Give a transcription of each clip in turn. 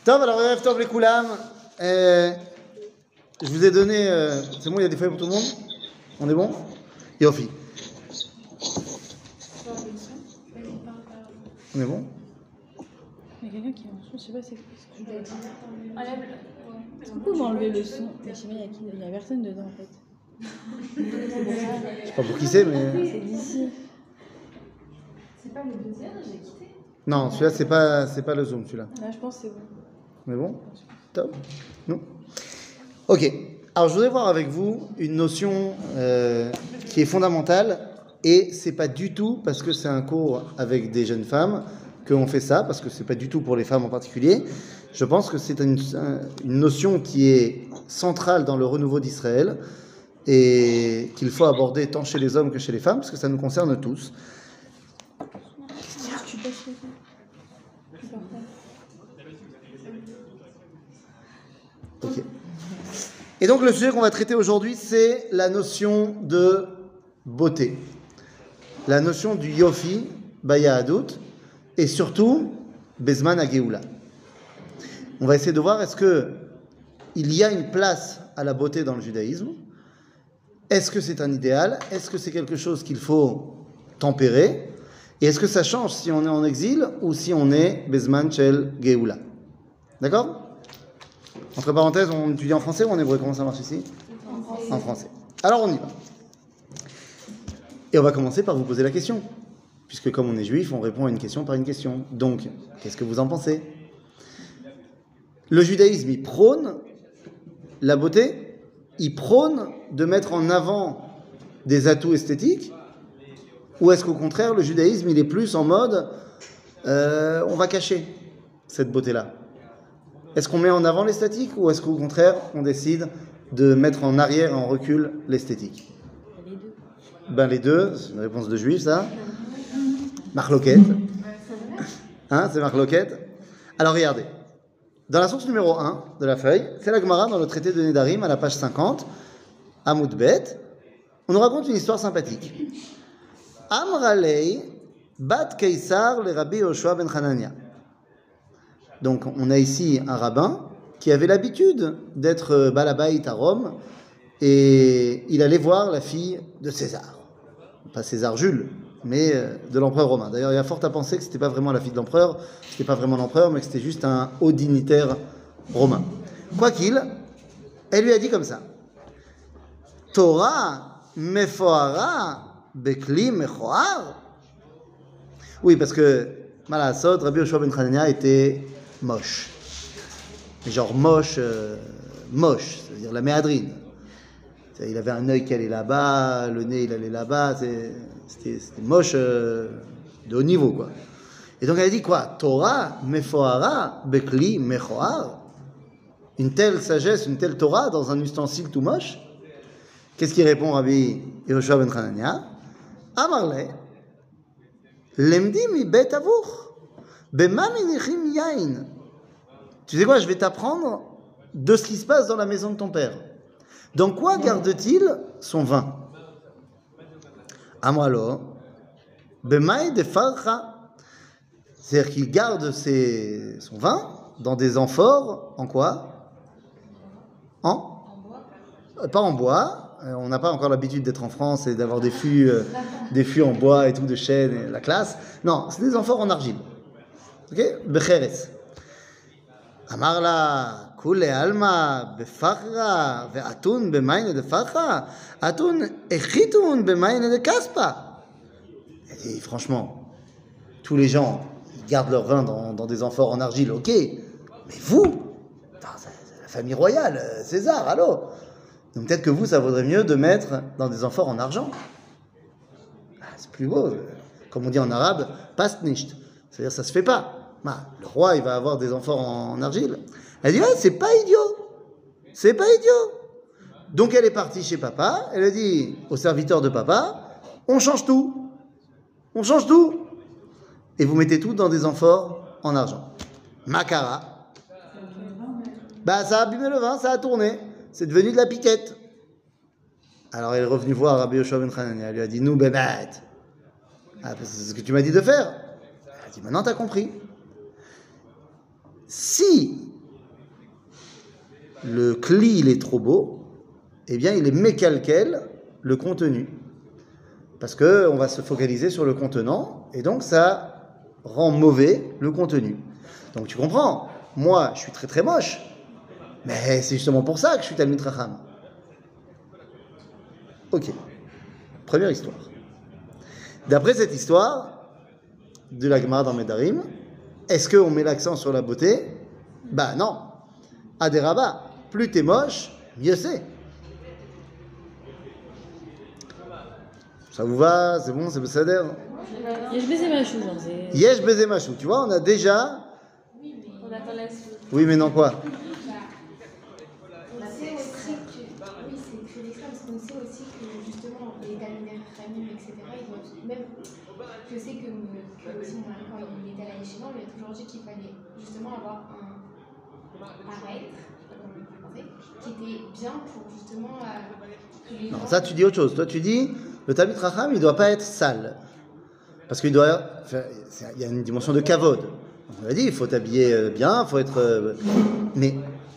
Top, alors Erev Tov les Koulam. Je vous ai donné. C'est bon, il y a des feuilles pour tout le monde? On est bon? Yofi. On est bon? Il y a quelqu'un qui est en son, je sais pas c'est ce que je dois dire. Est-ce qu'on peut m'enlever le son? Mais je sais pas, il y a personne dedans en fait. Je sais pas pour qui c'est, mais. C'est d'ici. C'est pas le deuxième, j'ai quitté. Non, celui-là, c'est pas le Zoom, celui-là. Là, je pense que c'est bon. On est bon? Top. Non. Ok. Alors, je voudrais voir avec vous une notion qui est fondamentale, et c'est pas du tout parce que c'est un cours avec des jeunes femmes qu'on fait ça, parce que c'est pas du tout pour les femmes en particulier. Je pense que c'est une notion qui est centrale dans le renouveau d'Israël et qu'il faut aborder tant chez les hommes que chez les femmes, parce que ça nous concerne tous. Tu passes chez toi. Ok. Et donc le sujet qu'on va traiter aujourd'hui, c'est la notion de beauté. La notion du yofi, bayahadut, et surtout, bezman hageoula. On va essayer de voir, est-ce qu'il y a une place à la beauté dans le judaïsme? Est-ce que c'est un idéal? Est-ce que c'est quelque chose qu'il faut tempérer? Et est-ce que ça change si on est en exil ou si on est bezman shel geoula? D'accord? Entre parenthèses, on étudie en français ou en hébreu? Comment ça marche ici? En français. Alors on y va. Et on va commencer par vous poser la question. Puisque comme on est juif, on répond à une question par une question. Donc, qu'est-ce que vous en pensez? Le judaïsme, il prône la beauté, il prône de mettre en avant des atouts esthétiques, ou est-ce qu'au contraire, le judaïsme, il est plus en mode on va cacher cette beauté-là? Est-ce qu'on met en avant l'esthétique, ou est-ce qu'au contraire, on décide de mettre en arrière et en recul l'esthétique? Les deux. Ben les deux, c'est une réponse de juif, ça. Marloquette. Hein, c'est Marloquette. Alors regardez. Dans la source numéro 1 de la feuille, c'est la Gemara dans le traité de Nedarim à la page 50, Amoud Bet. On nous raconte une histoire sympathique. Amralei bat Kaysar le Rabbi Yoshua ben Hanania. Donc on a ici un rabbin qui avait l'habitude d'être balabait à Rome et il allait voir la fille de César. Pas César Jules, mais de l'empereur romain. D'ailleurs, il y a fort à penser que ce n'était pas vraiment la fille de l'empereur, c'était pas vraiment l'empereur, mais que c'était juste un haut dignitaire romain. Quoi qu'il, elle lui a dit comme ça: Torah mefoara bekli mechoar. Oui, parce que Malasot, Rabbi Yoshua ben Hanania était moche. Genre moche, c'est-à-dire la méadrine. Il avait un œil qui allait là-bas, le nez il allait là-bas, c'était moche de haut niveau, quoi. Et donc elle a dit quoi? Torah mefoara bekli mechoar. Une telle sagesse, une telle Torah dans un ustensile tout moche. Qu'est-ce qu'il répond Rabbi Yoshua ben Hanania? Amarle lemdi mi bet avur bema minichim yain. Tu sais quoi, je vais t'apprendre de ce qui se passe dans la maison de ton père. Dans quoi garde-t-il son vin? Amralo, bemaï de farcha. C'est-à-dire qu'il garde son vin dans des amphores, en quoi? Pas en bois. On n'a pas encore l'habitude d'être en France et d'avoir des fûts en bois et tout, de chêne, et la classe. Non, c'est des amphores en argile. Ok? Becheres. Amarla, kule alma befarra ve'atun b'mayne de farra, atun echitun b'mayne de kaspa. Et franchement, tous les gens ils gardent leur vin dans des amphores en argile, ok. Mais vous, c'est la famille royale, César, allô. Donc peut-être que vous, ça vaudrait mieux de mettre dans des amphores en argent. C'est plus beau. Comme on dit en arabe, passt nicht. C'est-à-dire ça se fait pas. Le roi, il va avoir des amphores en argile. Elle dit, c'est pas idiot. C'est pas idiot. Donc elle est partie chez papa. Elle a dit au serviteur de papa, on change tout. On change tout. Et vous mettez tout dans des amphores en argent. Makara. Ça a abîmé le vin, ça a tourné. C'est devenu de la piquette. Alors elle est revenue voir Rabbi Yoshua ben Hanania. Elle lui a dit, nous, bébête. C'est ce que tu m'as dit de faire. Elle a dit, maintenant t'as compris. Si le cli il est trop beau, eh bien il est mécalquel le contenu. Parce qu'on va se focaliser sur le contenant, et donc ça rend mauvais le contenu. Donc tu comprends, moi je suis très très moche, mais c'est justement pour ça que je suis Talmid Chacham. Ok, première histoire. D'après cette histoire de la Gemara dans Medarim, est-ce qu'on met l'accent sur la beauté? Bah non. Aderaba, plus t'es moche, mieux c'est. Ça vous va? C'est bon? C'est Besséder? Yesh baiser ma chou, genre c'est... Yesh baiser machou. Tu vois, on a déjà... On attend la suite. Oui, mais non quoi? On sait aussi que, oui, c'est très extrême, parce qu'on sait aussi que justement les Talmidei Chachamim, etc., ils doivent même, je sais que aussi mon mari, quand il était à la Yeshiva, on lui a toujours dit qu'il fallait justement avoir un paraître, qui était bien pour justement que les Non, gens... ça tu dis autre chose. Toi tu dis, le Talmid Chacham, il ne doit pas être sale. Parce qu'il doit... Il y a une dimension de kavod. On a dit, il faut t'habiller bien, il faut être... mais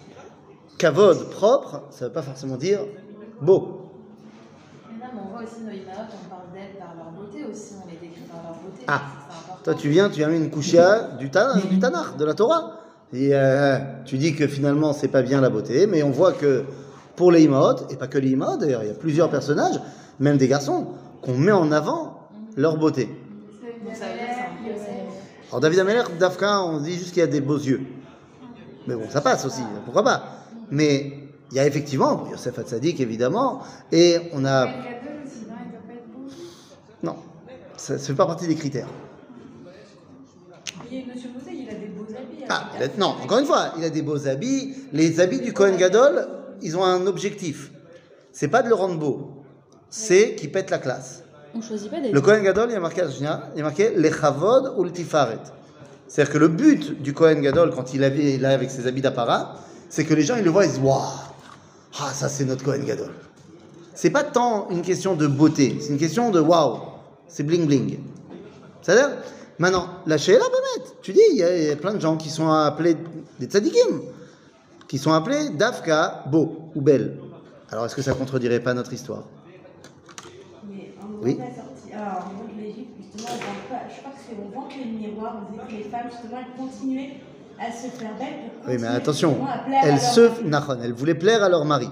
kavod propre, ça ne veut pas forcément dire beau. Mais non, mais on voit aussi nos images, on parle d'elles par leur beauté aussi, on les décrit par leur beauté. Ah, c'est important. toi tu viens une kushia du Tanakh, de la Torah. Et tu dis que finalement c'est pas bien la beauté, mais on voit que pour les imaot, et pas que les imaot, d'ailleurs il y a plusieurs personnages, même des garçons, qu'on met en avant leur beauté. Donc ça veut dire que c'est un peu... Alors David Ameller, Dafka, on dit juste qu'il y a des beaux yeux. Mais bon, ça passe aussi, pourquoi pas. Mais il y a effectivement Yosef Hatzadik évidemment, et on a... Le cadeau aussi, non, il doit pas être beau. Non, ça ne fait pas partie des critères. Il y a Monsieur Mosé, il a des beaux habits. Ah, non, encore une fois, il a des beaux habits. Les habits du Kohen Gadol, ils ont un objectif. C'est pas de le rendre beau, c'est qu'il pète la classe. On choisit pas d'être... Le Kohen Gadol, il y a marqué Lechavod ou Ltifaret. C'est-à-dire que le but du Kohen Gadol, quand il est là avec ses habits d'apparat, c'est que les gens ils le voient, ils se disent waouh, ah ça c'est notre Kohen Gadol. C'est pas tant une question de beauté, c'est une question de waouh, c'est bling bling. C'est-à-dire, maintenant, la Sheila Bémet, tu dis, il y a plein de gens qui sont appelés des tzadikim, qui sont appelés Dafka, beau ou belle. Alors est-ce que ça contredirait pas notre histoire? Mais en moment Oui. de la sortie, alors en moment de l'Égypte, justement, je crois que c'est au ventre les miroirs, on disait que les femmes, justement, elles continuaient à se faire belles pour Oui, continuer mais attention, justement à plaire à elles voulaient plaire à leur mari.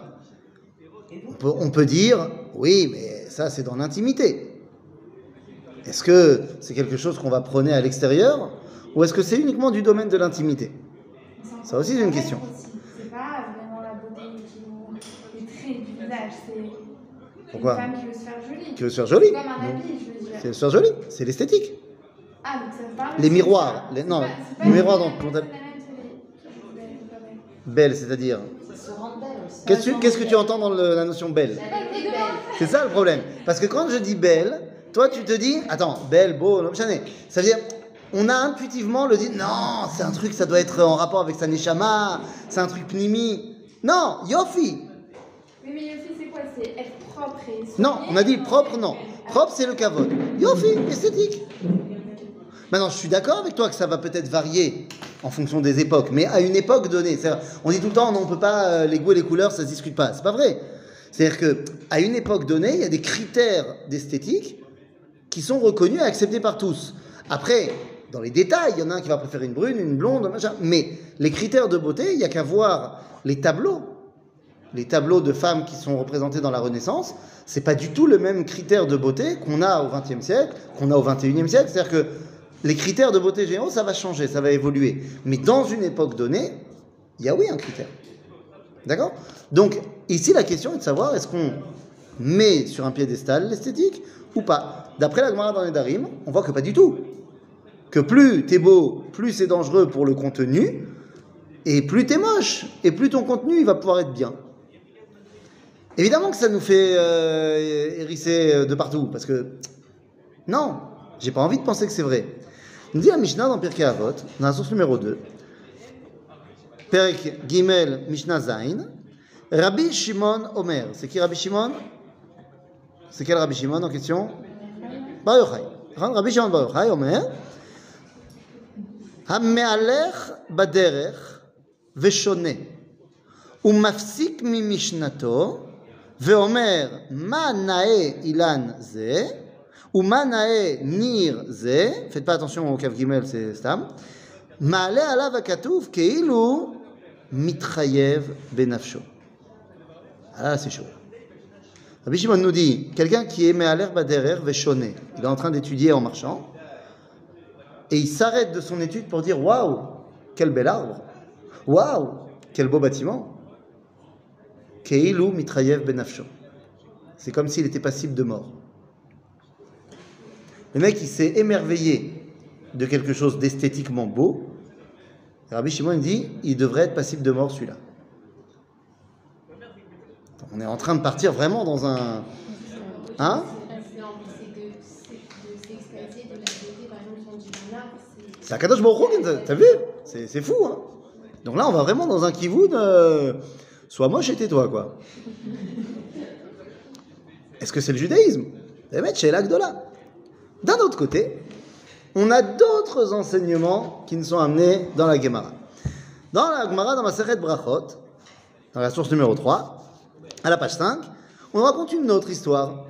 On peut dire, oui, mais ça c'est dans l'intimité. Est-ce que c'est quelque chose qu'on va prôner à l'extérieur ou est-ce que c'est uniquement du domaine de l'intimité? Ça aussi c'est une question. C'est pas vraiment la beauté qui nous... les traits du visage, c'est Pourquoi? une femme qui veut se faire jolie. Qui veut se faire jolie? C'est comme un habit, je veux dire. Qui veut se faire jolie, c'est l'esthétique. Ah, donc ça parle. Les miroirs, non, les miroirs dont on a... Belle, c'est-à-dire. Se rendre belle aussi. Qu'est-ce que tu entends dans la notion belle? C'est ça le problème. Parce que quand je dis belle, toi tu te dis, attends, belle, beau, non, ça veut dire, on a intuitivement le dit, non, c'est un truc, ça doit être en rapport avec sa neshama, c'est un truc pnimi. Non, yofi. Oui, mais Yofi, c'est quoi? C'est être propre et... Non, on a dit propre, non. Propre, c'est le kavod. Yofi, esthétique. Maintenant, je suis d'accord avec toi que ça va peut-être varier en fonction des époques, mais à une époque donnée. On dit tout le temps, non, on ne peut pas, les goûts et les couleurs, ça ne se discute pas. C'est pas vrai. C'est-à-dire qu'à une époque donnée, il y a des critères d'esthétique qui sont reconnus et acceptés par tous. Après, dans les détails, il y en a un qui va préférer une brune, une blonde, machin. Mais les critères de beauté, il n'y a qu'à voir les tableaux de femmes qui sont représentées dans la Renaissance. C'est pas du tout le même critère de beauté qu'on a au XXe siècle, qu'on a au XXIe siècle. C'est-à-dire que les critères de beauté généraux, ça va changer, ça va évoluer. Mais dans une époque donnée, il y a oui un critère. D'accord? Donc, ici, la question est de savoir est-ce qu'on met sur un piédestal l'esthétique ou pas. D'après la Gemara dans les Darim, on voit que pas du tout. Que plus t'es beau, plus c'est dangereux pour le contenu, et plus t'es moche, et plus ton contenu il va pouvoir être bien. Évidemment que ça nous fait hérisser de partout, parce que non, j'ai pas envie de penser que c'est vrai. Nous dit la Mishnah dans Pirkei Avot, dans la source numéro 2, Perek Gimel Mishnah Zain, Rabbi Shimon Omer. C'est qui Rabbi Shimon? C'est quel Rabbi Shimon en question? Bar Yochai. Rabbi Shimon Bar Yochai Omer, Hamealech baderech veshone, ומפסיק ממשנתו, ואומר, מה נאה אילן זה, ומה נאה ניר זה, faites pas attention au כף ג' c'est סתם, מעלה עליו הכתוב כאילו מתחייב בנפשו. Ah, c'est chaud. Rabbi Shimon nous dit, quelqu'un qui est מהלך בדרך ושונה, il est en train d'étudier en marchant, et il s'arrête de son étude pour dire, waouh, quel bel arbre, waouh, quel beau bâtiment. Keilu mitrayev benafsho. C'est comme s'il était passible de mort. Le mec, il s'est émerveillé de quelque chose d'esthétiquement beau. Et Rabbi Shimon dit, il devrait être passible de mort celui-là. On est en train de partir vraiment dans un... Hein? C'est Akadosh Baruch Hu, t'as vu? C'est fou, hein? Donc là, on va vraiment dans un kivoun... Sois moche et tais-toi, quoi. Est-ce que c'est le judaïsme? Les mecs, chez l'Agdola. D'un autre côté, on a d'autres enseignements qui nous sont amenés dans la Gemara. Dans la Gemara, dans ma Masechet Brachot, dans la source numéro 3, à la page 5, on raconte une autre histoire.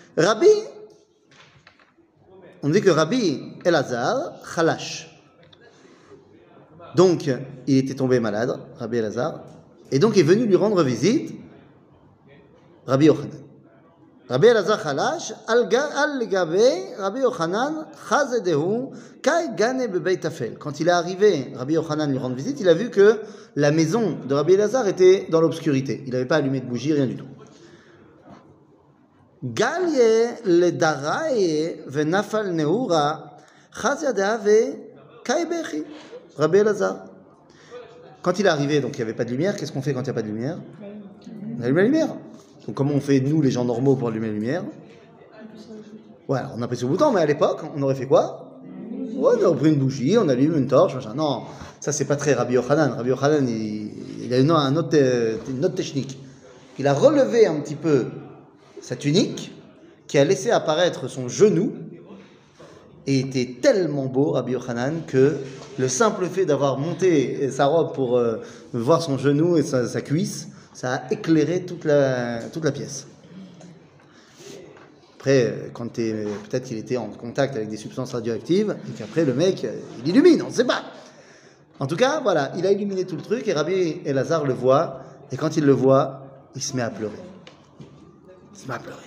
On dit que Rabbi Elazar Chalash. Donc, il était tombé malade, Rabbi Elazar, et donc est venu lui rendre visite Rabbi Yochanan. Rabbi Elazar Chalash, al-gabe Rabbi Yochanan, chazedehu, kai gane bebeit tafel. Quand il est arrivé, Rabbi Yochanan lui rendre visite, il a vu que la maison de Rabbi Elazar était dans l'obscurité. Il n'avait pas allumé de bougie, rien du tout. Galye le daraye venafal neura, chazedeh ve kai bechi. Rabbi Elazar. Quand il est arrivé, donc il n'y avait pas de lumière, qu'est-ce qu'on fait quand il n'y a pas de lumière? On allume la lumière. Donc comment on fait, nous, les gens normaux, pour allumer la lumière? Ouais, on a pris ce bouton, mais à l'époque, on aurait fait quoi? Ouais, on aurait pris une bougie, on allume une torche, machin. Non, ça c'est pas très Rabbi Yochanan. Rabbi Yochanan, il a une autre technique. Il a relevé un petit peu sa tunique, qui a laissé apparaître son genou, et était tellement beau, Rabbi Yochanan, que le simple fait d'avoir monté sa robe pour voir son genou et sa cuisse, ça a éclairé toute la pièce. Après, peut-être qu'il était en contact avec des substances radioactives, et qu'après le mec, il illumine, on ne sait pas. En tout cas, voilà, il a illuminé tout le truc, et Rabbi Elazar le voit, et quand il le voit, il se met à pleurer. Il se met à pleurer.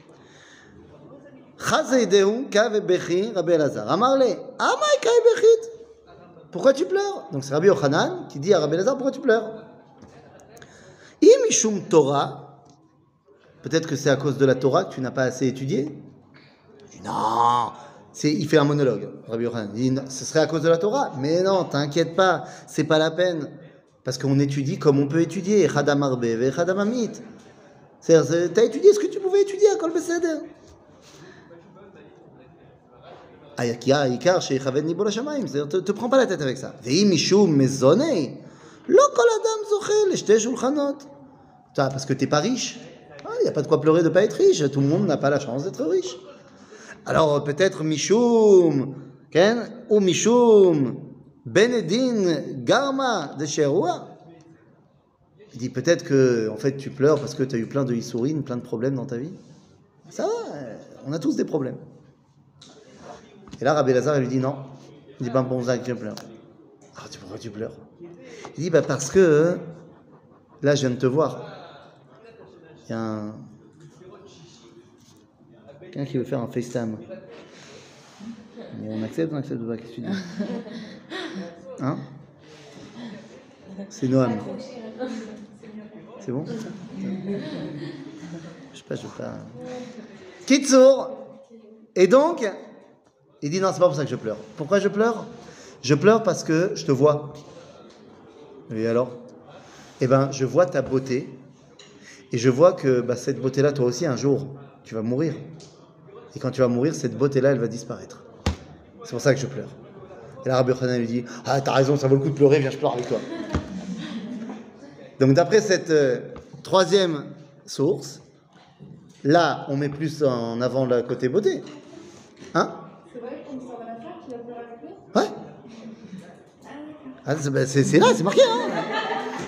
Pourquoi tu pleures? Donc c'est Rabbi Yochanan qui dit à Rabbi Elazar, pourquoi tu pleures? Imishum Torah, peut-être que c'est à cause de la Torah que tu n'as pas assez étudié. Non, il fait un monologue, Rabbi Yochanan. Il dit, ce serait à cause de la Torah. Mais non, t'inquiète pas, c'est pas la peine. Parce qu'on étudie comme on peut étudier. Chadam Arbe ve Chadam Amit. C'est-à-dire, t'as étudié ce que tu pouvais étudier à Kol Beseder. C'est-à-dire, te prends pas la tête avec ça. Parce que t'es pas riche. Il n'y a pas de quoi pleurer de pas être riche. Tout le monde n'a pas la chance d'être riche. Alors peut-être Mishum, ou Mishum, Benedin, Garma, de Sheroua. Il dit peut-être que en fait tu pleures parce que tu as eu plein de issourines, plein de problèmes dans ta vie. Ça va, on a tous des problèmes. Et là, Rabbi Elazar, il lui dit non. Il dit, bon, Zach, je pleure. Ah, pourquoi tu pleures? Il dit, parce que là, je viens de te voir. Il y a quelqu'un qui veut faire un FaceTime. On accepte ou on accepte pas? Qu'est-ce que tu dis? Hein? C'est Noam. C'est bon? Je sais pas, je veux pas. Kitsour. Et donc, il dit non, c'est pas pour ça que je pleure. Pourquoi je pleure? Je pleure parce que je te vois. Et alors? Eh ben, je vois ta beauté. Et je vois que cette beauté-là, toi aussi, un jour, tu vas mourir. Et quand tu vas mourir, cette beauté-là, elle va disparaître. C'est pour ça que je pleure. Et là, Rabbi Yochanan lui dit, ah, t'as raison, ça vaut le coup de pleurer, viens, je pleure avec toi. Donc, d'après cette troisième source, là, on met plus en avant le côté beauté. Hein? C'est vrai qu'on s'en va la fleur qui va pleurer avec lui? Ouais. Ah, c'est là, c'est marqué, hein?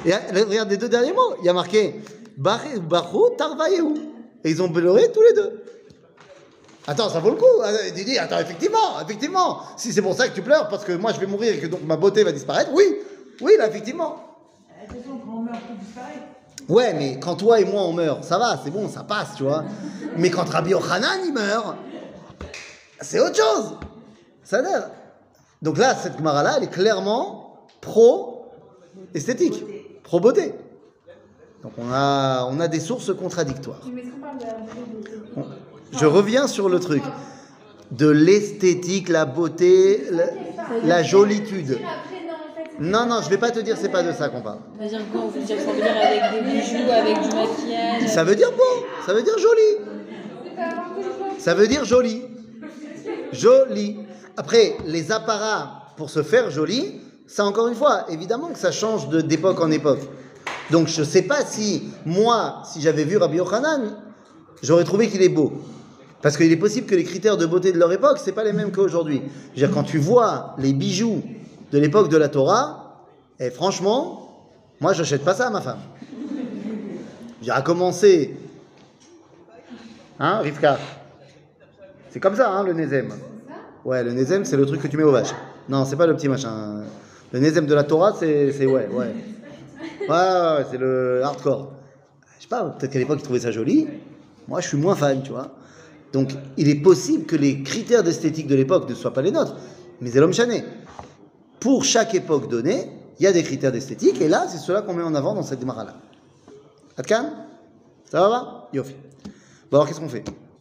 Et regarde les deux derniers mots. Il y a marqué Barou Tarvayehu. Et ils ont pleuré tous les deux. Attends, ça vaut le coup. Tu dis, attends, effectivement. Si c'est pour ça que tu pleures, parce que moi je vais mourir et que donc ma beauté va disparaître, oui, là, effectivement. Attention, quand on meurt, tout disparaît. Ouais, mais quand toi et moi on meurt, ça va, c'est bon, ça passe, tu vois. Mais quand Rabbi Yochanan il meurt, c'est autre chose. Ça a l'air. Donc là, cette Gemara-là, elle est clairement pro-esthétique, pro-beauté. Donc on a des sources contradictoires. Mais est-ce qu'on parle de la beauté? Je reviens sur le truc de l'esthétique, la beauté, la jolitude. Non, je vais pas te dire c'est pas de ça qu'on parle. C'est-à-dire quoi? On veut dire ça veut dire avec des bijoux, avec du maquillage. Ça veut dire beau, ça veut dire joli. Ça veut dire joli. Joli. Après, les apparats pour se faire joli, ça encore une fois, évidemment que ça change d'époque en époque. Donc je sais pas si moi, si j'avais vu Rabbi Yochanan, j'aurais trouvé qu'il est beau. Parce qu'il est possible que les critères de beauté de leur époque, c'est pas les mêmes qu'aujourd'hui. Je veux dire, quand tu vois les bijoux de l'époque de la Torah, et franchement, moi j'achète pas ça à ma femme. J'ai à commencer, hein, Rivka? C'est comme ça, hein, le Nézem. Ouais, le Nézem, c'est le truc que tu mets aux vaches. Non, c'est pas le petit machin. Le Nézem de la Torah, c'est ouais. Ouais, c'est le hardcore. Je sais pas, peut-être qu'à l'époque, ils trouvaient ça joli. Moi, je suis moins fan, tu vois. Donc, il est possible que les critères d'esthétique de l'époque ne soient pas les nôtres. Mais c'est l'homme chané. Pour chaque époque donnée, il y a des critères d'esthétique. Et là, c'est cela qu'on met en avant dans cette démarre-là. Atkan? Ça va? Yofi. Bon, alors, qu'est-ce qu'on fait?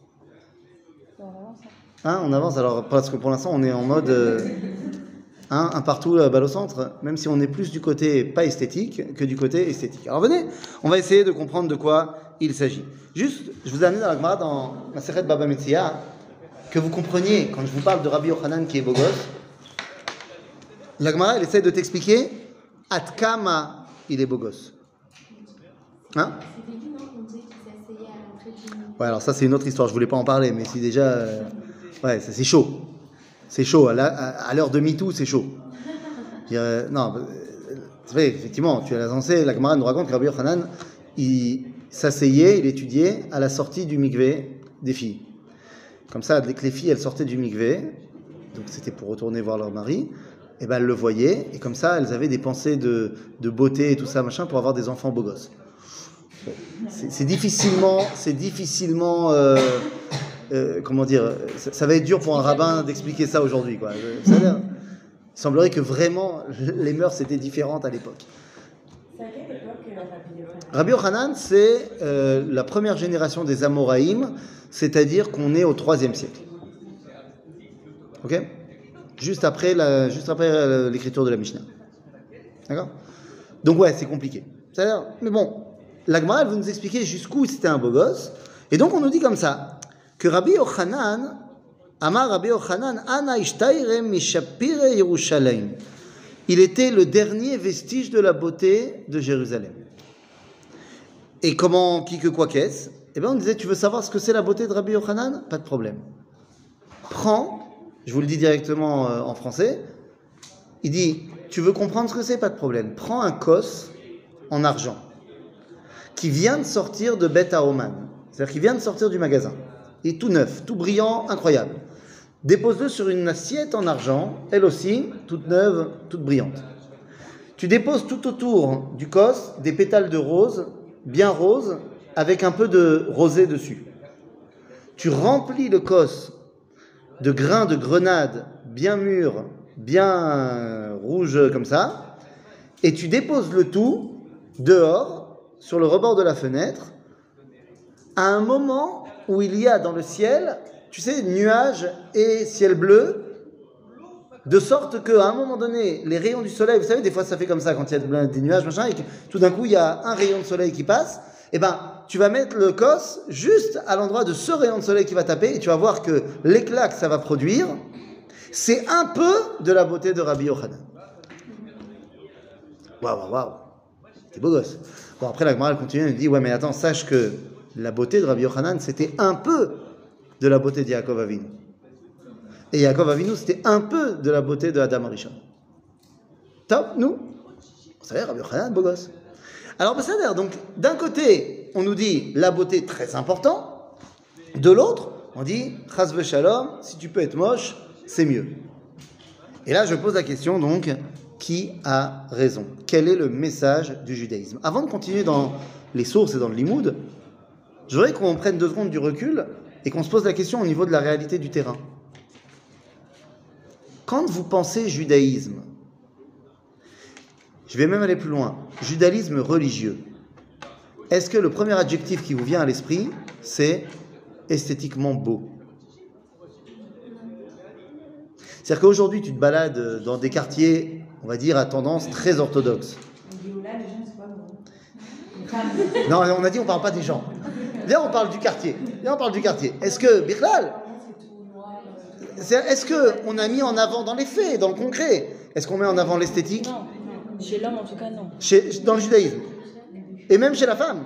Hein, on avance alors, parce que pour l'instant, on est en mode un partout, la balle au centre, même si on est plus du côté pas esthétique que du côté esthétique. Alors venez, on va essayer de comprendre de quoi il s'agit. Juste, je vous ai amené dans la Gemara, dans la Masechet Baba Metzia, que vous compreniez, quand je vous parle de Rabbi Yochanan qui est beau gosse, la Gemara, elle essaie de t'expliquer Atkama il est beau gosse. Hein? C'était lui, non, qu'on disait qu'il s'asseyait à l'entrée du... Ouais, alors ça c'est une autre histoire, je voulais pas en parler, mais si déjà... ouais, ça, c'est chaud. C'est chaud. À l'heure de MeToo, c'est chaud. Non, c'est vrai, effectivement, tu as lancé, la Gemara nous raconte que Rabbi Yochanan, il s'asseyait, il étudiait à la sortie du mikvé des filles. Comme ça, dès que les filles, elles sortaient du mikvé, donc c'était pour retourner voir leur mari, et ben elles le voyaient, et comme ça, elles avaient des pensées de beauté et tout ça, machin, pour avoir des enfants beaux gosses. C'est difficilement comment dire, ça va être dur pour un rabbin d'expliquer ça aujourd'hui, quoi. Il semblerait que vraiment les mœurs étaient différentes à l'époque. C'est à quelle époque Rabbi Yochanan, c'est la première génération des Amoraïm, c'est-à-dire qu'on est au 3e siècle. Ok? Juste après l'écriture de la Mishnah. D'accord? Donc ouais, c'est compliqué. C'est-à-dire, mais bon, la Gemara, elle veut nous expliquer jusqu'où c'était un beau gosse. Et donc on nous dit comme ça, que Rabbi Yochanan, Amar Rabbi Yochanan, Ana ishtayre mishapire Yerushalayim. Il était le dernier vestige de la beauté de Jérusalem. Et comment, qui que quoi qu'est-ce? Eh bien, on disait, tu veux savoir ce que c'est la beauté de Rabbi Yochanan? Pas de problème. Prends, je vous le dis directement en français, il dit, tu veux comprendre ce que c'est? Pas de problème. Prends un kos en argent qui vient de sortir de Bet Haoman, c'est-à-dire qui vient de sortir du magasin. Il est tout neuf, tout brillant, incroyable. Dépose-le sur une assiette en argent, elle aussi, toute neuve, toute brillante. Tu déposes tout autour du kos des pétales de rose, bien roses, avec un peu de rosé dessus. Tu remplis le kos de grains de grenade bien mûrs, bien rouges comme ça, et tu déposes le tout dehors, sur le rebord de la fenêtre, à un moment où il y a dans le ciel, tu sais, nuages et ciel bleu, de sorte qu'à un moment donné, les rayons du soleil, vous savez, des fois ça fait comme ça quand il y a des nuages, machin, et que tout d'un coup il y a un rayon de soleil qui passe, et ben tu vas mettre le kos juste à l'endroit de ce rayon de soleil qui va taper, et tu vas voir que l'éclat que ça va produire, c'est un peu de la beauté de Rabbi Yochanan. Waouh, c'est beau gosse. Bon, après la Gemara elle continue, elle dit, ouais mais attends, sache que la beauté de Rabbi Yochanan, c'était un peu de la beauté de Yaakov Avinu. Et Yaakov Avinu, c'était un peu de la beauté de Adam Arishon. Top, nous, Vous savez, Rabbi Yochanan, beau gosse. Alors, c'est-à-dire, donc, d'un côté, on nous dit la beauté très important, de l'autre, on dit chas v'shalom, si tu peux être moche, c'est mieux. Et là, je pose la question, donc, qui a raison? Quel est le message du judaïsme? Avant de continuer dans les sources et dans le limoud, je voudrais qu'on prenne 2 secondes du recul et qu'on se pose la question au niveau de la réalité du terrain. Quand vous pensez judaïsme, je vais même aller plus loin, judaïsme religieux, est-ce que le premier adjectif qui vous vient à l'esprit, c'est esthétiquement beau? C'est-à-dire qu'aujourd'hui, tu te balades dans des quartiers, on va dire, à tendance très orthodoxe. Non, on a dit on ne parle pas des gens. Là, on parle du quartier. Est-ce que, Birlal, est-ce qu'on a mis en avant dans les faits, dans le concret, est-ce qu'on met en avant l'esthétique? Non. Chez l'homme, en tout cas, non. Dans le judaïsme. Et même chez la femme.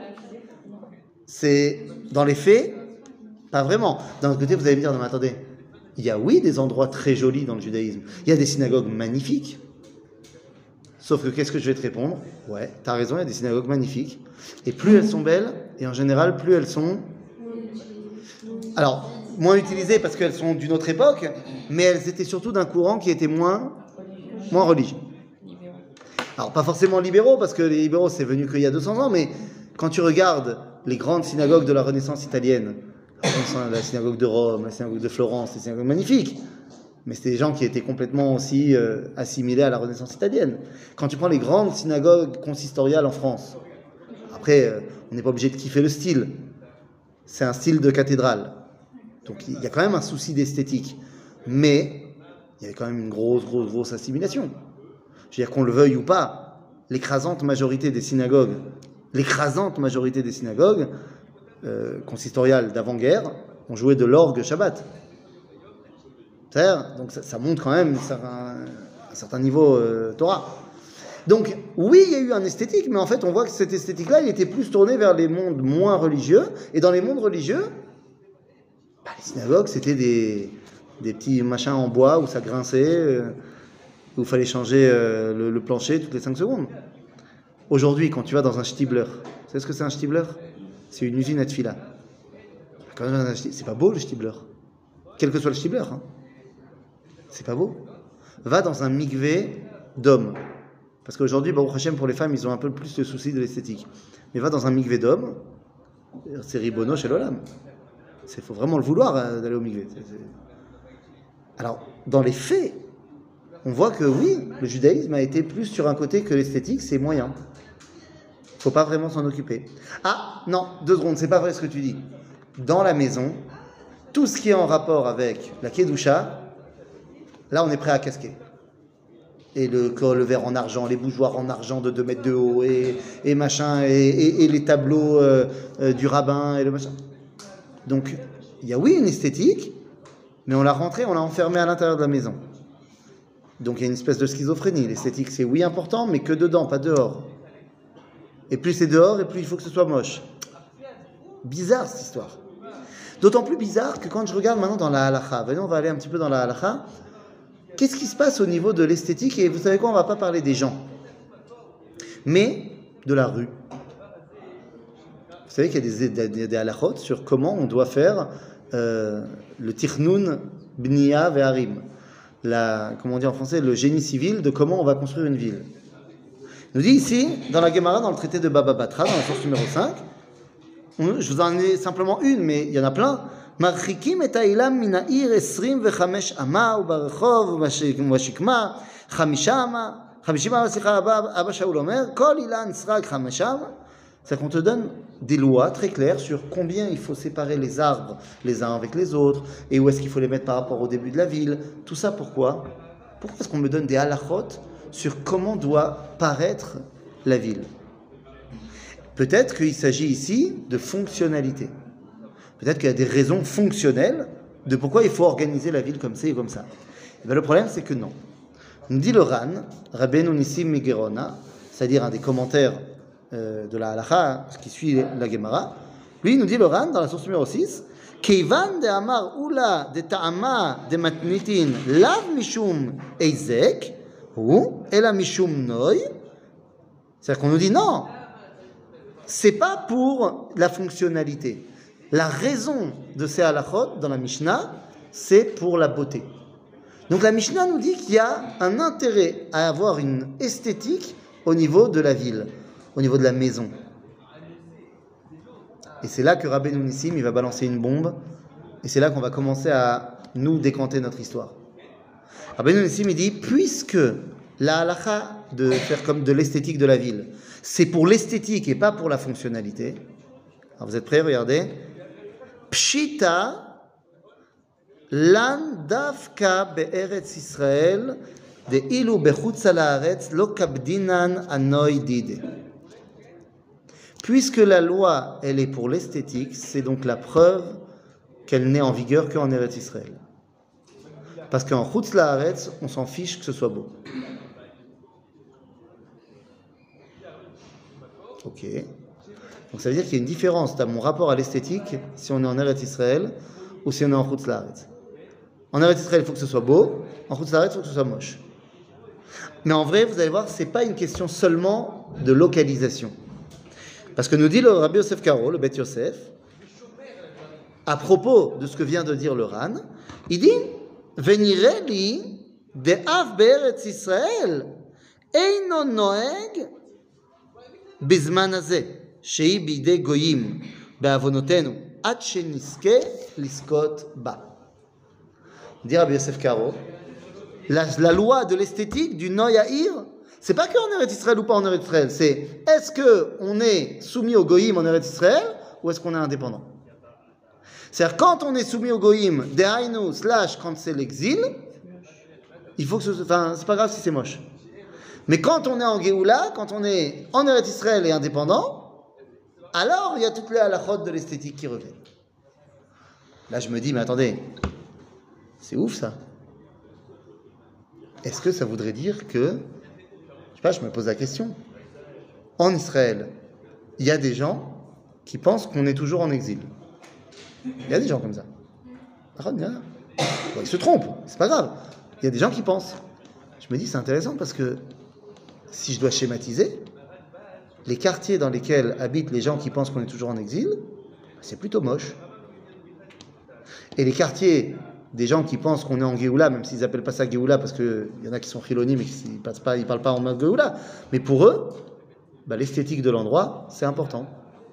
C'est dans les faits, pas vraiment. D'un autre côté, vous allez me dire, non mais attendez, il y a oui des endroits très jolis dans le judaïsme. Il y a des synagogues magnifiques. Sauf que qu'est-ce que je vais te répondre? Ouais, t'as raison, il y a des synagogues magnifiques. Et plus elles sont belles, et en général, plus elles sont... Alors, moins utilisées parce qu'elles sont d'une autre époque, mais elles étaient surtout d'un courant qui était moins religieux. Alors, pas forcément libéraux, parce que les libéraux, c'est venu qu'il y a 200 ans, mais quand tu regardes les grandes synagogues de la Renaissance italienne, la synagogue de Rome, la synagogue de Florence, c'est synagogues magnifiques, mais c'était des gens qui étaient complètement aussi assimilés à la Renaissance italienne. Quand tu prends les grandes synagogues consistoriales en France, après, on n'est pas obligé de kiffer le style, c'est un style de cathédrale. Donc il y a quand même un souci d'esthétique, mais il y avait quand même une grosse assimilation. Je veux dire qu'on le veuille ou pas, l'écrasante majorité des synagogues consistoriales d'avant-guerre ont joué de l'orgue Shabbat. C'est-à-dire, donc ça montre quand même un certain niveau Torah. Donc oui, il y a eu un esthétique, mais en fait on voit que cette esthétique-là, il était plus tourné vers les mondes moins religieux, et dans les mondes religieux, les synagogues, c'était des petits machins en bois où ça grinçait, où il fallait changer le plancher toutes les 5 secondes. Aujourd'hui, quand tu vas dans un shtibler, tu sais ce que c'est un shtibler? C'est une usine à tefila. C'est pas beau le shtibler. Quel que soit le shtibler, hein. C'est pas beau. Va dans un mikvé d'hommes. Parce qu'aujourd'hui, Baruch Hashem, pour les femmes, ils ont un peu plus le souci de l'esthétique. Mais va dans un mikvé d'hommes, c'est ribono chez l'olam. Il faut vraiment le vouloir d'aller au mikvé. Alors, dans les faits, on voit que oui, le judaïsme a été plus sur un côté que l'esthétique, c'est moyen. Il ne faut pas vraiment s'en occuper. Ah, non, 2 secondes, c'est pas vrai ce que tu dis. Dans la maison, tout ce qui est en rapport avec la kedusha, là on est prêt à casquer. Et le verre en argent, les bougeoirs en argent de 2 mètres de haut, et machin, et les tableaux du rabbin, et le machin. Donc, il y a oui une esthétique, mais on l'a enfermé à l'intérieur de la maison. Donc il y a une espèce de schizophrénie. L'esthétique, c'est oui important, mais que dedans, pas dehors. Et plus c'est dehors, et plus il faut que ce soit moche. Bizarre cette histoire. D'autant plus bizarre que quand je regarde maintenant dans la halakha, on va aller un petit peu dans la halakha, qu'est-ce qui se passe au niveau de l'esthétique? Et vous savez quoi, on ne va pas parler des gens, mais de la rue. Vous savez qu'il y a des halakhot sur comment on doit faire le tirnoun bniya ve'arim. Comment on dit en français, le génie civil de comment on va construire une ville. Il nous dit ici, dans la Gemara, dans le traité de Baba Batra, dans la source numéro 5, je vous en ai simplement une, mais il y en a plein. Marchikim et ha'ilam min ha'ir 25 ama ubarachov ubashikma 5 ama 50 ama slicha Abba Shaul Omer kol ilan srag 5 ama. C'est qu'on te donne des lois très claires sur combien il faut séparer les arbres les uns avec les autres et où est-ce qu'il faut les mettre par rapport au début de la ville. Tout ça pourquoi? Pourquoi est-ce qu'on me donne des halachot sur comment doit paraître la ville? Peut-être qu'il s'agit ici de fonctionnalité. Peut-être qu'il y a des raisons fonctionnelles de pourquoi il faut organiser la ville comme ça et comme ça. Et bien le problème, c'est que non. Nous dit le Ran, Rabbeinu Nissim Migerona, c'est-à-dire un des commentaires de la halakha, ce qui suit la Gemara, lui il nous dit le Ran dans la source numéro 6, Keivan de Amar Ula de Ta'ama de Matnitin Lav Mishum Eizek, ou Ela Mishum Noy, C'est-à-dire qu'on nous dit non, c'est pas pour la fonctionnalité. La raison de ces halachot dans la Mishnah, c'est pour la beauté. Donc la Mishnah nous dit qu'il y a un intérêt à avoir une esthétique au niveau de la ville, au niveau de la maison. Et c'est là que Rabbeinu Nissim, il va balancer une bombe, et c'est là qu'on va commencer à nous décanter notre histoire. Rabbeinu Nissim, il dit, puisque la halakha de faire comme de l'esthétique de la ville, c'est pour l'esthétique et pas pour la fonctionnalité. Alors vous êtes prêts? Regardez. Pshita lan davka be'eretz Israël de ilu bechutz haaretz lo kabdinan anoy dide. Puisque la loi, elle est pour l'esthétique, c'est donc la preuve qu'elle n'est en vigueur qu'en Eretz Israël. Parce qu'en Chutz La'aretz, on s'en fiche que ce soit beau. Ok. Donc ça veut dire qu'il y a une différence dans mon rapport à l'esthétique si on est en Eretz Israël ou si on est en Chutz La'aretz. En Eretz Israël, il faut que ce soit beau. En Chutz La'aretz, il faut que ce soit moche. Mais en vrai, vous allez voir, ce n'est pas une question seulement de localisation. Parce que nous dit le Rabbi Yosef Karo, le Beth Yosef, à propos de ce que vient de dire le Ran, il dit Venireli de Av Be'eretz Israël eino noeg bizman hazeh shei bidei goyim be'avonotenu ad sheniske liskot ba. Dit Rabbi Yosef Karo, la loi de l'esthétique du Noyaïr, c'est pas qu'en Eretz Israël ou pas en Eretz Israël, c'est est-ce qu'on est soumis au goyim en Eretz Israël ou est-ce qu'on est indépendant? C'est-à-dire quand on est soumis au goyim, dehainu / quand c'est l'exil, il faut que c'est pas grave si c'est moche. Mais quand on est en Géoula, quand on est en Eretz Israël et indépendant, alors il y a toutes les halachot de l'esthétique qui reviennent. Là je me dis, mais attendez, c'est ouf ça. Est-ce que ça voudrait dire que, je sais pas, je me pose la question. En Israël, il y a des gens qui pensent qu'on est toujours en exil. Il y a des gens comme ça. Ils se trompent, c'est pas grave. Il y a des gens qui pensent. Je me dis, c'est intéressant parce que si je dois schématiser, les quartiers dans lesquels habitent les gens qui pensent qu'on est toujours en exil, c'est plutôt moche. Et les quartiers des gens qui pensent qu'on est en Géoula, même s'ils n'appellent pas ça Géoula, parce qu'il y en a qui sont chilonim mais qui ne parlent pas en mode Géoula, mais pour eux, l'esthétique de l'endroit, c'est important.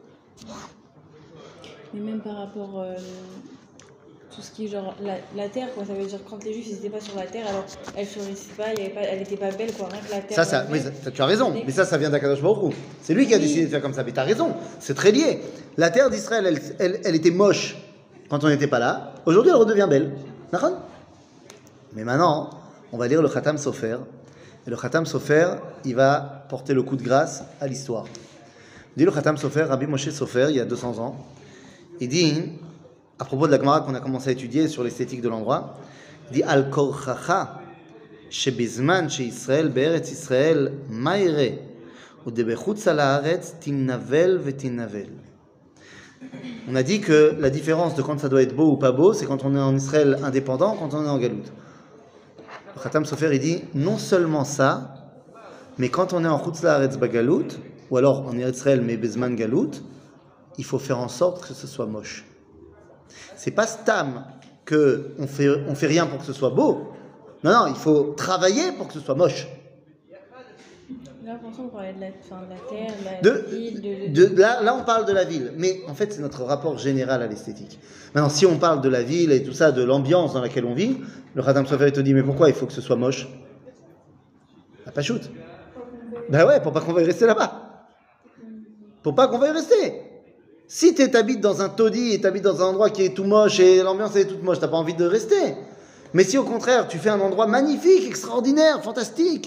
Mais même par rapport tout ce qui est genre la terre, quoi, ça veut dire quand les juifs n'étaient pas sur la terre, alors elle florissait pas, elle n'était pas belle, quoi, rien que la terre. Oui, tu as raison, mais ça vient d'Akadosh Baruch Hu. C'est lui qui a décidé de faire comme ça, mais tu as raison, c'est très lié. La terre d'Israël, elle était moche quand on n'était pas là, aujourd'hui elle redevient belle. Mais maintenant, on va lire le Khatam Sofer, et le Khatam Sofer, il va porter le coup de grâce à l'histoire. Il dit le Khatam Sofer, Rabbi Moshe Sofer, il y a 200 ans, il dit, à propos de la Gemara qu'on a commencé à étudier sur l'esthétique de l'endroit, il dit Al korchacha shebizman sheIsraël be'eretz Israël ma'ire ou de bechutz haaretz tinnavel vetinnavel. On a dit que la différence de quand ça doit être beau ou pas beau, c'est quand on est en Israël indépendant, quand on est en Galoute. Le Khatam Sofer, il dit non seulement ça, mais quand on est en Chutz La'aretz Bagalout, ou alors en Israël mais Bezman Galout, il faut faire en sorte que ce soit moche. C'est pas stam qu'on fait rien pour que ce soit beau. Non, il faut travailler pour que ce soit moche. Là, pour on parlait de la terre, de la ville. Là, on parle de la ville. Mais en fait, c'est notre rapport général à l'esthétique. Maintenant, si on parle de la ville et tout ça, de l'ambiance dans laquelle on vit, le Khatam Sofer te dit, mais pourquoi il faut que ce soit moche? Pas shoot. Ben ouais, pour pas qu'on veuille rester là-bas. Pour pas qu'on veuille rester. Si tu habites dans un taudis et tu habites dans un endroit qui est tout moche et l'ambiance est toute moche, t'as pas envie de rester. Mais si au contraire, tu fais un endroit magnifique, extraordinaire, fantastique.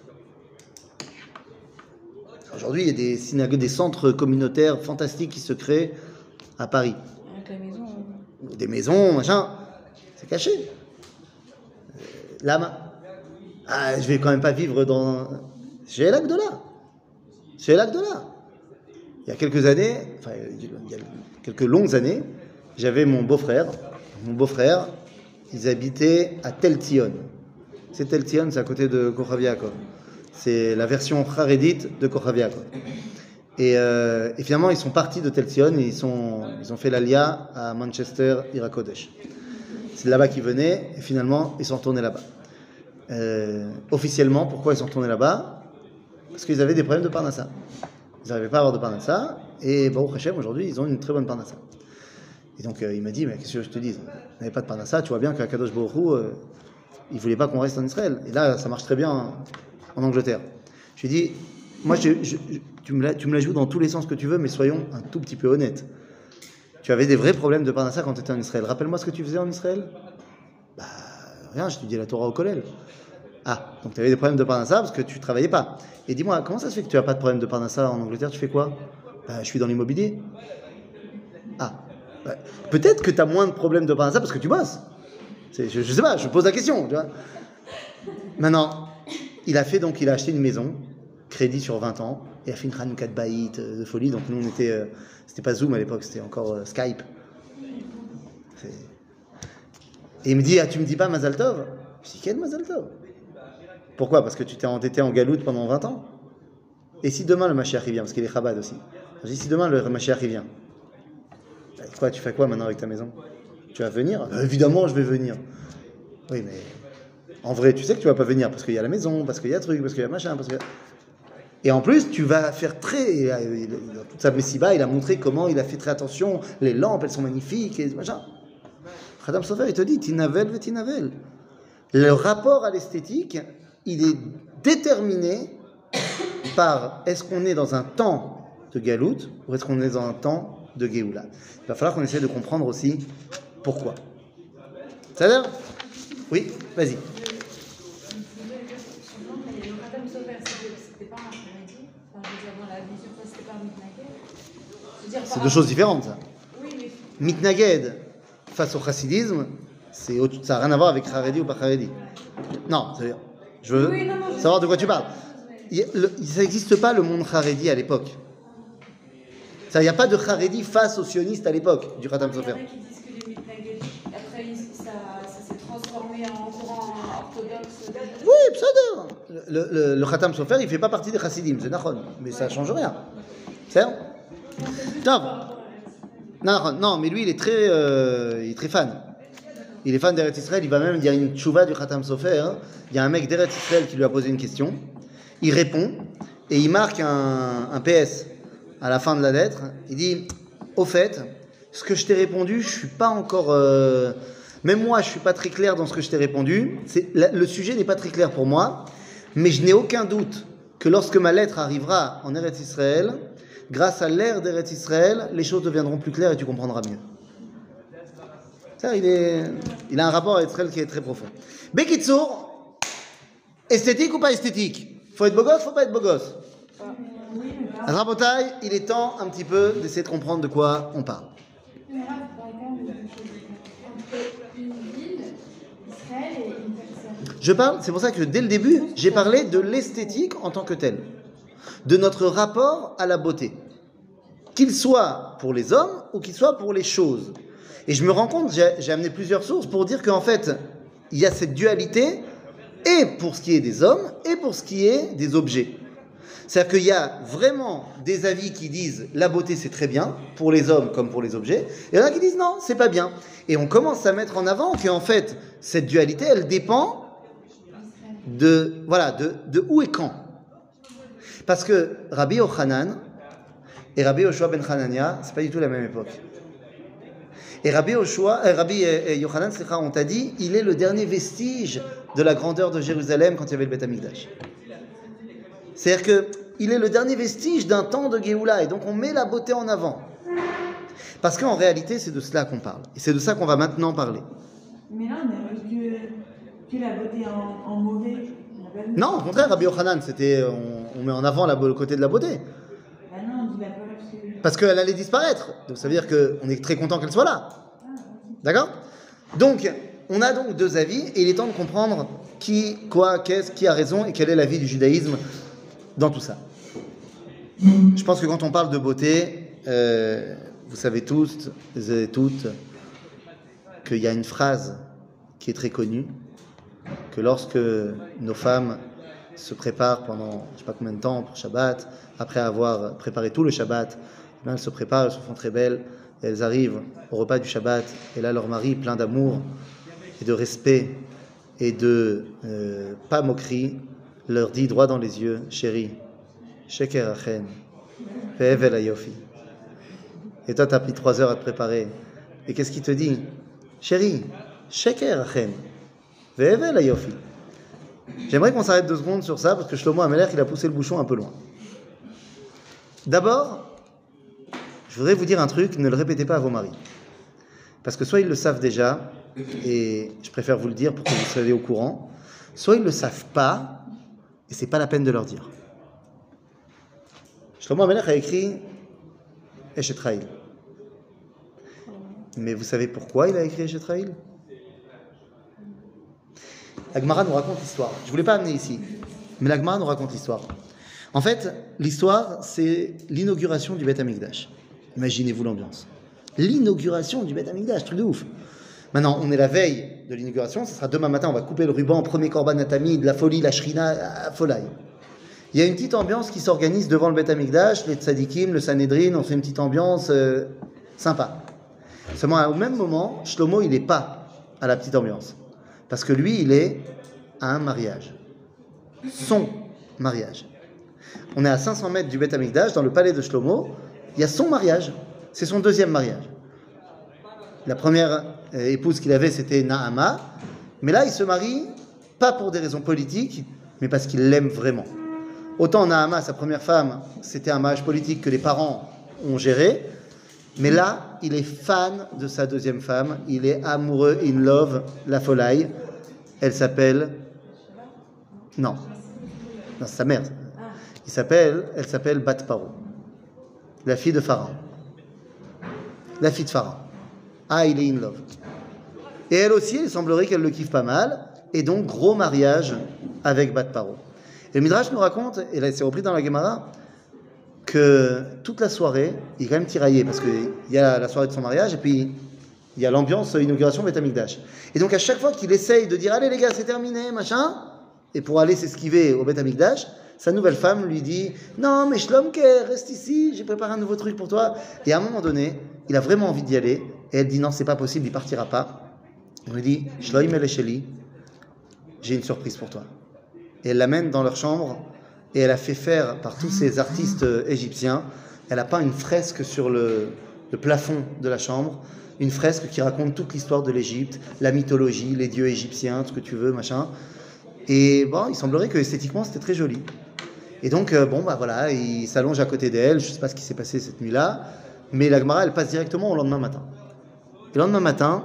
Aujourd'hui, il y a des synagogues, des centres communautaires fantastiques qui se créent à Paris. Avec la maison. Des maisons, machin. C'est caché. Là, je vais quand même pas vivre dans... Chez les lacs de là. Chez les lacs de là. Il y a quelques années, enfin, il y a quelques longues années, j'avais mon beau-frère. Mon beau-frère, ils habitaient à Tel Tzion. C'est Tel Tzion, c'est à côté de Kochav Yaakov. C'est la version Haredite de Kochavia, quoi. Et finalement, ils sont partis de Tel Zion et ils ont fait l'Alia à Manchester, Irakodesh. C'est de là-bas qu'ils venaient et finalement, ils sont retournés là-bas. Officiellement, pourquoi ils sont retournés là-bas? Parce qu'ils avaient des problèmes de Parnassa. Ils n'arrivaient pas à avoir de Parnassa et Baruch Hashem, aujourd'hui, ils ont une très bonne Parnassa. Et donc, il m'a dit, mais qu'est-ce que je te dis? On n'avait pas de Parnassa, tu vois bien qu'à Kadosh Baruch Hu, il ne voulait pas qu'on reste en Israël. Et là, ça marche très bien en Angleterre. Je lui ai dit, moi, tu me la joues dans tous les sens que tu veux, mais soyons un tout petit peu honnêtes. Tu avais des vrais problèmes de Parnassa quand tu étais en Israël. Rappelle-moi ce que tu faisais en Israël. Bah, rien, j'étudiais la Torah au Kollel. Ah, donc tu avais des problèmes de Parnassa parce que tu ne travaillais pas. Et dis-moi, comment ça se fait que tu n'as pas de problème de Parnassa en Angleterre? Tu fais quoi? Bah, je suis dans l'immobilier. Ah, bah, peut-être que tu as moins de problèmes de Parnassa parce que tu bosses. Je sais pas, je pose la question. Tu vois. Maintenant, il a acheté une maison, crédit sur 20 ans, et a fait une Hanouka de Baït de folie. Donc nous, c'était pas Zoom à l'époque, c'était encore Skype. Et il me dit, tu me dis pas Mazal Tov? Je dis, quel Mazal Tov? Pourquoi? Parce que tu t'es endetté en galoute pendant 20 ans. Et si demain le Mashiach il vient, parce qu'il est Chabad aussi. Je dis, si demain le Mashiach il vient, quoi, tu fais quoi maintenant avec ta maison? Tu vas venir? Évidemment, je vais venir. Oui, mais en vrai, tu sais que tu vas pas venir parce qu'il y a la maison, parce qu'il y a truc, parce qu'il y a machin, parce que... Et en plus, tu vas faire dans toute sa messiba, il a montré comment il a fait très attention. Les lampes, elles sont magnifiques, et machin. Khadam Sofer, il te dit, tinavel ve tinavel. Le rapport à l'esthétique, il est déterminé par est-ce qu'on est dans un temps de galoute ou est-ce qu'on est dans un temps de Géoula. Il va falloir qu'on essaie de comprendre aussi pourquoi. Ça a l'air? Oui, vas-y. C'est deux choses différentes, ça. Mitnaged face au chassidisme, ça n'a rien à voir avec Haredi ou pas Haredi. Non, c'est-à-dire, je veux savoir de quoi tu parles. Ça n'existe pas le monde Haredi à l'époque. Il n'y a pas de Haredi face aux sionistes à l'époque du Khatam Sofer. Il y en a qui disent que les Mitnaged, après ça s'est transformé en courant orthodoxe. Oui, pseudo. Le Khatam Sofer, il ne fait pas partie des chassidim, c'est Nachon, mais ça ne change rien. C'est ça? Non, mais lui, il est très fan. Il est fan d'Eretz Israël, il va même dire une tchouva du Khatam Sofer. Hein. Il y a un mec d'Eretz Israël qui lui a posé une question. Il répond et il marque un PS à la fin de la lettre. Il dit, au fait, ce que je t'ai répondu, je suis pas encore... même moi, je suis pas très clair dans ce que je t'ai répondu. Le sujet n'est pas très clair pour moi, mais je n'ai aucun doute que lorsque ma lettre arrivera en Eretz Israël, grâce à l'ère d'Eretz Israël, les choses deviendront plus claires et tu comprendras mieux. Ça, il a un rapport à Israël qui est très profond. Bekitsour, esthétique ou pas esthétique? Faut être beau gosse, faut pas être beau gosse? Rabotai, il est temps un petit peu d'essayer de comprendre de quoi on parle. Entre une ville, Israël et une personne. C'est pour ça que dès le début, j'ai parlé de l'esthétique en tant que telle, de notre rapport à la beauté, qu'il soit pour les hommes ou qu'il soit pour les choses. Et je me rends compte, j'ai amené plusieurs sources pour dire qu'en fait, il y a cette dualité, et pour ce qui est des hommes, et pour ce qui est des objets. C'est-à-dire qu'il y a vraiment des avis qui disent la beauté c'est très bien, pour les hommes comme pour les objets, et il y en a qui disent non, c'est pas bien. Et on commence à mettre en avant qu'en fait, cette dualité, elle dépend de où et quand. Parce que Rabbi Yochanan et Rabbi Yoshua ben Hanania, c'est pas du tout la même époque. Et Rabbi Yochanan, on t'a dit, il est le dernier vestige de la grandeur de Jérusalem quand il y avait le Beth Amikdash. C'est-à-dire qu'il est le dernier vestige d'un temps de Géoula, et donc on met la beauté en avant. Parce qu'en réalité, c'est de cela qu'on parle. Et c'est de ça qu'on va maintenant parler. Mais là, on n'est que la beauté en mauvais. Non, au contraire, Rabbi Yochanan, on met en avant le côté de la beauté. Ah non, on dit la beauté parce qu'elle allait disparaître. Donc ça veut dire qu'on est très content qu'elle soit là. D'accord? Donc, on a donc deux avis, et il est temps de comprendre qui, quoi, qu'est-ce, qui a raison, et quel est l'avis du judaïsme dans tout ça. Je pense que quand on parle de beauté, vous savez tous et toutes qu'il y a une phrase qui est très connue, que lorsque nos femmes se préparent pendant je ne sais pas combien de temps pour Shabbat. Après avoir préparé tout le Shabbat, elles se préparent, elles se font très belles. Et elles arrivent au repas du Shabbat. Et là, leur mari, plein d'amour et de respect et de pas moquerie, leur dit droit dans les yeux, chérie, sheker achen, ve'evel hayofi. Et toi, tu as pris 3 heures à te préparer. Et qu'est-ce qu'il te dit? Chérie, sheker achen, ve'evel hayofi. J'aimerais qu'on s'arrête 2 secondes sur ça, parce que Shlomo Amelech, il a poussé le bouchon un peu loin. D'abord, je voudrais vous dire un truc, ne le répétez pas à vos maris. Parce que soit ils le savent déjà, et je préfère vous le dire pour que vous soyez au courant, soit ils ne le savent pas, et c'est pas la peine de leur dire. Shlomo Amelech a écrit Eshet Chayil. Mais vous savez pourquoi il a écrit Eshet Chayil? La Gemara nous raconte l'histoire. Je ne voulais pas amener ici, mais la Gemara nous raconte l'histoire. En fait, l'histoire, c'est l'inauguration du Beth Amikdash. Imaginez-vous l'ambiance. L'inauguration du Beth Amikdash, truc de ouf. Maintenant, on est la veille de l'inauguration, ce sera demain matin, on va couper le ruban, premier korban tamid, la folie, la shrina, la folaille. Il y a une petite ambiance qui s'organise devant le Beth Amikdash, les tzadikim, le Sanhedrin, on fait une petite ambiance sympa. Seulement, au même moment, Shlomo, il n'est pas à la petite ambiance. Parce que lui, il est à un mariage. Son mariage. On est à 500 mètres du Beth Amikdash, dans le palais de Shlomo. Il y a son mariage. C'est son 2e mariage. La première épouse qu'il avait, c'était Naama. Mais là, il se marie, pas pour des raisons politiques, mais parce qu'il l'aime vraiment. Autant Naama, sa première femme, c'était un mariage politique que les parents ont géré. Mais là, il est fan de sa 2e femme. Il est amoureux, in love, la folie. Elle s'appelle... Non, c'est sa mère. Elle s'appelle Bat Paro. La fille de Pharaon. La fille de Pharaon. Ah, il est in love. Et elle aussi, il semblerait qu'elle le kiffe pas mal. Et donc, gros mariage avec Bat Paro. Et le Midrash nous raconte, et là c'est repris dans la Gemara, que toute la soirée, il est quand même tiraillé, parce qu'il y a la soirée de son mariage, et puis il y a l'ambiance inauguration Beth Amikdash. Et donc à chaque fois qu'il essaye de dire « Allez les gars, c'est terminé, machin », et pour aller s'esquiver au Beth Amikdash, sa nouvelle femme lui dit « Non, mais Shlomke, reste ici, j'ai préparé un nouveau truc pour toi. » Et à un moment donné, il a vraiment envie d'y aller, et elle dit « Non, c'est pas possible, il partira pas. » On lui dit « Shloim Elesheli, j'ai une surprise pour toi. » Et elle l'amène dans leur chambre, et elle a fait faire par tous ces artistes égyptiens, elle a peint une fresque sur le plafond de la chambre, une fresque qui raconte toute l'histoire de l'Égypte, la mythologie, les dieux égyptiens, tout ce que tu veux, machin. Et bon, il semblerait que esthétiquement c'était très joli. Et donc, voilà, il s'allonge à côté d'elle, je ne sais pas ce qui s'est passé cette nuit-là, mais la Gemara, elle passe directement au lendemain matin. Et le lendemain matin,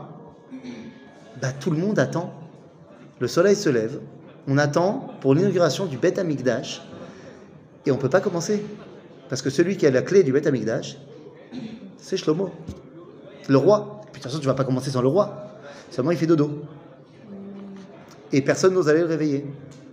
tout le monde attend. Le soleil se lève, on attend pour l'inauguration du Beth Amikdash, et on ne peut pas commencer. Parce que celui qui a la clé du Beth Amikdash, c'est Shlomo, le roi. Puis de toute façon, tu ne vas pas commencer sans le roi. Seulement, il fait dodo. Et personne n'ose aller le réveiller.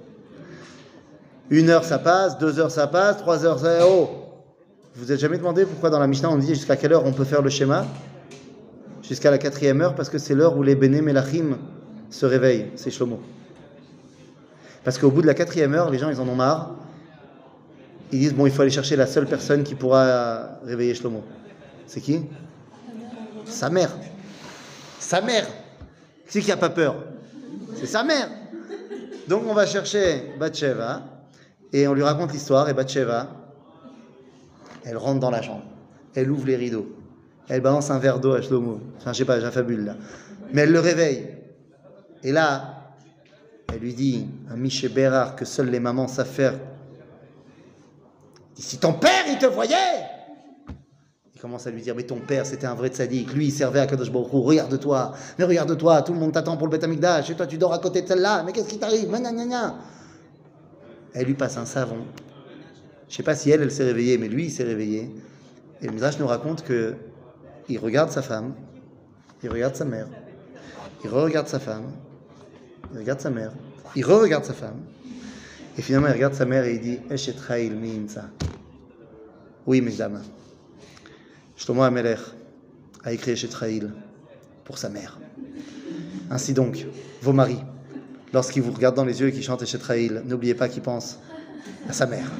1 heure, ça passe, 2 heures, ça passe, 3 heures, ça... Oh! Vous vous êtes jamais demandé pourquoi dans la Mishnah, on dit jusqu'à quelle heure on peut faire le schéma? Jusqu'à la 4e heure, parce que c'est l'heure où les Béné Melachim se réveillent. C'est Shlomo. Parce qu'au bout de la 4e heure, les gens, ils en ont marre. Ils disent, bon, il faut aller chercher la seule personne qui pourra réveiller Shlomo. C'est qui? Sa mère. Sa mère. Qui c'est qui n'a pas peur? C'est sa mère. Donc on va chercher Bathsheba et on lui raconte l'histoire. Et Bathsheba, elle rentre dans la chambre. Elle ouvre les rideaux. Elle balance un verre d'eau à Shlomo. Enfin, je sais pas, j'affabule là. Mais elle le réveille. Et là, elle lui dit, un Miché Bérard que seules les mamans savent faire. Si ton père, il te voyait! Il commence à lui dire, mais ton père, c'était un vrai tzaddik. Lui, il servait à Kadosh Baruch Hu. Regarde-toi, mais regarde-toi, tout le monde t'attend pour le Beth Amikdash. Et toi, tu dors à côté de celle-là. Mais qu'est-ce qui t'arrive? Elle lui passe un savon. Je ne sais pas si elle s'est réveillée, mais lui, il s'est réveillé. Et le Midrash nous raconte qu'il regarde sa femme, il regarde sa mère, il re-regarde sa femme, il regarde sa mère, il re-regarde sa femme. Et finalement, il regarde sa mère et il dit, Eshet Chayil Minza. Oui, mesdames. Shlomo Amelech a écrit Eshet Chayil pour sa mère. Ainsi donc, vos maris, lorsqu'il vous regarde dans les yeux et qu'il chante Eshet Raïl, n'oubliez pas qu'il pense à sa mère.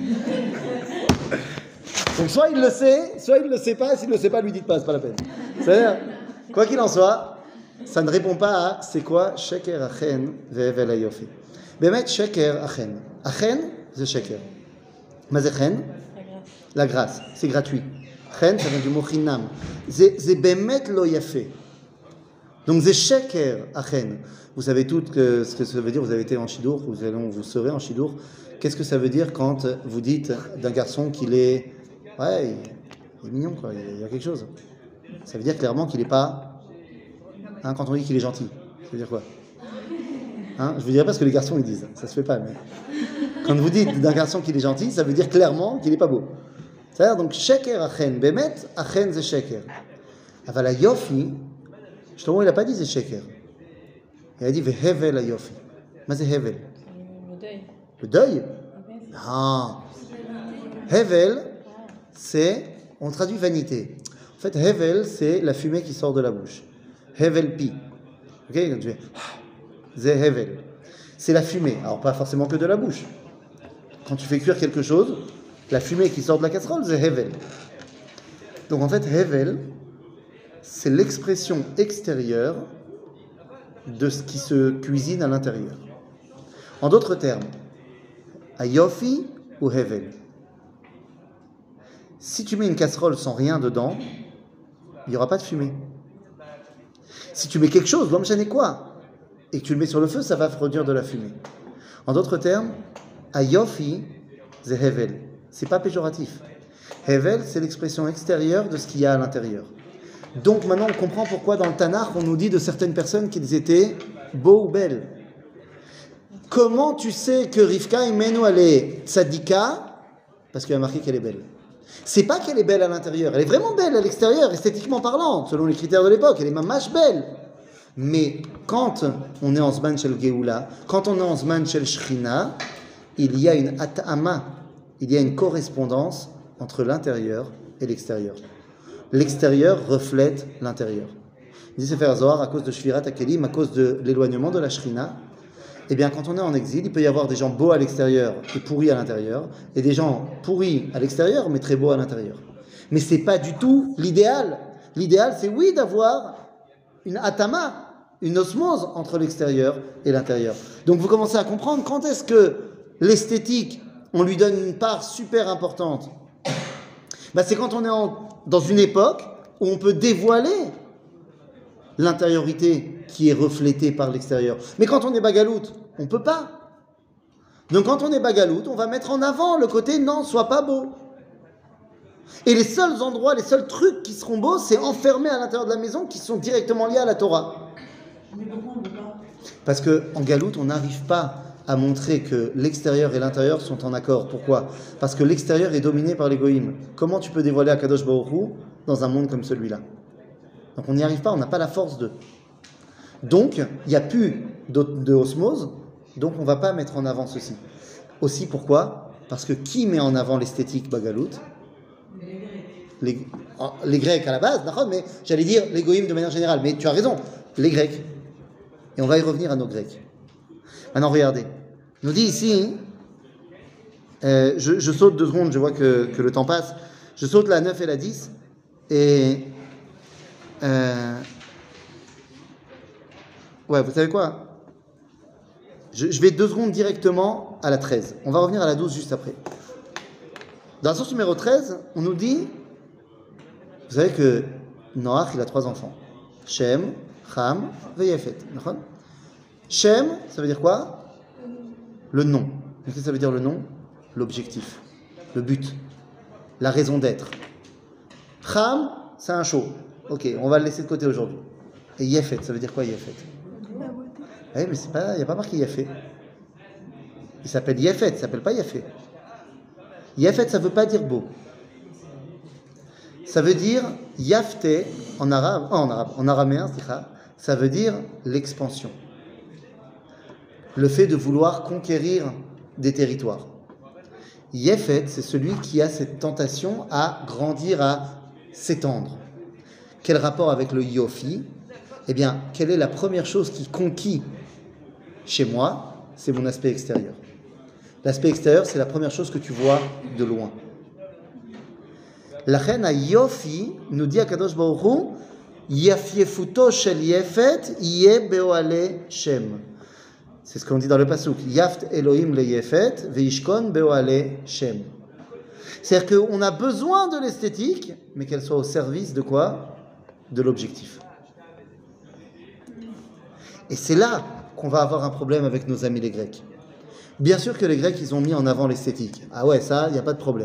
Donc soit il le sait, soit il ne le sait pas. S'il ne le sait pas, lui dites pas, c'est pas la peine. C'est-à-dire, quoi qu'il en soit, ça ne répond pas à c'est quoi Sheker Achen ve'evel hayofi. Bemet Sheker Achen. Achen, c'est Sheker. Mais c'est Chen, la grâce, c'est gratuit. Chen, ça vient du mot chinam. C'est bemet lo yafé. Donc c'est Sheker Achen. Vous savez tout ce que ça veut dire. Vous avez été en Shidour, vous serez en Shidour. Qu'est-ce que ça veut dire quand vous dites d'un garçon qu'il est, ouais, il est mignon, quoi. Il y a quelque chose. Ça veut dire clairement qu'il n'est pas, hein, quand on dit qu'il est gentil. Ça veut dire quoi, hein? Je ne vous dirai pas ce que les garçons ils disent. Ça se fait pas. Mais quand vous dites d'un garçon qu'il est gentil, ça veut dire clairement qu'il n'est pas beau. C'est-à-dire donc sheker achen, bemet achen ze sheker. Aval hayofi, Shlomo il n'a pas dit ze sheker. Il a dit vehevel hayofi. Mais c'est hevel. Le deuil. Le deuil? Non. Hevel, c'est, on traduit vanité. En fait, hevel, c'est la fumée qui sort de la bouche. Hevel pi. Ok? Quand tu fais, c'est hevel. C'est la fumée. Alors, pas forcément que de la bouche. Quand tu fais cuire quelque chose, la fumée qui sort de la casserole, c'est hevel. Donc, en fait, hevel, c'est l'expression extérieure de ce qui se cuisine à l'intérieur. En d'autres termes, hayofi ou hevel. Si tu mets une casserole sans rien dedans, il n'y aura pas de fumée. Si tu mets quelque chose, l'homme chaîne quoi, et que tu le mets sur le feu, ça va produire de la fumée. En d'autres termes, hayofi, c'est hevel. C'est pas péjoratif. Hevel, c'est l'expression extérieure de ce qu'il y a à l'intérieur. Donc maintenant, on comprend pourquoi dans le Tanakh, on nous dit de certaines personnes qu'ils étaient beaux ou belles. Comment tu sais que Rivka Imenu elle est tzadika? Parce qu'il y a marqué qu'elle est belle. C'est pas qu'elle est belle à l'intérieur, elle est vraiment belle à l'extérieur, esthétiquement parlant, selon les critères de l'époque, elle est mamash belle. Mais quand on est en Zman Shel Geoula, quand on est en Zman Shel Shrina, il y a une at'ama, il y a une correspondance entre l'intérieur et l'extérieur. L'extérieur reflète l'intérieur. Il dit Sefer Zohar, à cause de Shvirat HaKelim, à cause de l'éloignement de la Shrina, eh bien, quand on est en exil, il peut y avoir des gens beaux à l'extérieur et pourris à l'intérieur, et des gens pourris à l'extérieur, mais très beaux à l'intérieur. Mais ce n'est pas du tout l'idéal. L'idéal, c'est oui d'avoir une atama, une osmose entre l'extérieur et l'intérieur. Donc, vous commencez à comprendre quand est-ce que l'esthétique, on lui donne une part super importante. Ben, c'est quand on est dans une époque où on peut dévoiler l'intériorité qui est reflétée par l'extérieur. Mais quand on est bagaloute, on ne peut pas. Donc quand on est bagaloute, on va mettre en avant le côté non, sois pas beau. Et les seuls endroits, les seuls trucs qui seront beaux, c'est enfermés à l'intérieur de la maison qui sont directement liés à la Torah. Mais pourquoi on ne peut pas? Parce qu'en galoute, on n'arrive pas à montrer que l'extérieur et l'intérieur sont en accord. Pourquoi? Parce que l'extérieur est dominé par l'égoïme. Comment tu peux dévoiler Akadosh Baruch Hu dans un monde comme celui-là? Donc on n'y arrive pas, on n'a pas la force de. Donc, il n'y a plus de osmose, donc on ne va pas mettre en avant ceci. Aussi, pourquoi? Parce que qui met en avant l'esthétique bagalout? Les Grecs à la base, d'accord, mais j'allais dire l'égoïme de manière générale, mais tu as raison, les Grecs. Et on va y revenir à nos Grecs. Maintenant, regardez. Il nous dit ici, je saute 2 secondes, je vois que le temps passe, je saute la 9 et la 10, et... ouais, vous savez quoi? Je vais 2 secondes directement à la 13. On va revenir à la 12 juste après. Dans la source numéro 13, on nous dit, vous savez que Noach, il a 3 enfants. Shem, Ham et Yafet. Shem, ça veut dire quoi? Le nom. Qu'est-ce que ça veut dire le nom? L'objectif, le but, la raison d'être. Ham, c'est un show. Ok, on va le laisser de côté aujourd'hui. Et Yafet, ça veut dire quoi Yafet? Oui, mais il n'y a pas marqué Yafet. Il s'appelle Yafet, il ne s'appelle pas Yafet. Yafet, ça ne veut pas dire beau. Ça veut dire Yafte en araméen, ça veut dire l'expansion. Le fait de vouloir conquérir des territoires. Yafet, c'est celui qui a cette tentation à grandir, à s'étendre. Quel rapport avec le Yofi? Eh bien, quelle est la première chose qui conquit Chez moi, c'est mon aspect extérieur. L'aspect extérieur, c'est la première chose que tu vois de loin. La reine à Yofi nous dit à Kadosh Baruch Hu, Yafiefuto shel Yefet, Yeh beoale Shem. C'est ce qu'on dit dans le pasuk. Yaft Elohim le Yefet, veishkon beoale Shem. C'est-à-dire qu'on a besoin de l'esthétique, mais qu'elle soit au service de quoi? De l'objectif. Et c'est là qu'on va avoir un problème avec nos amis les Grecs. Bien sûr que les Grecs, ils ont mis en avant l'esthétique. Ah ouais, ça, il n'y a pas de problème.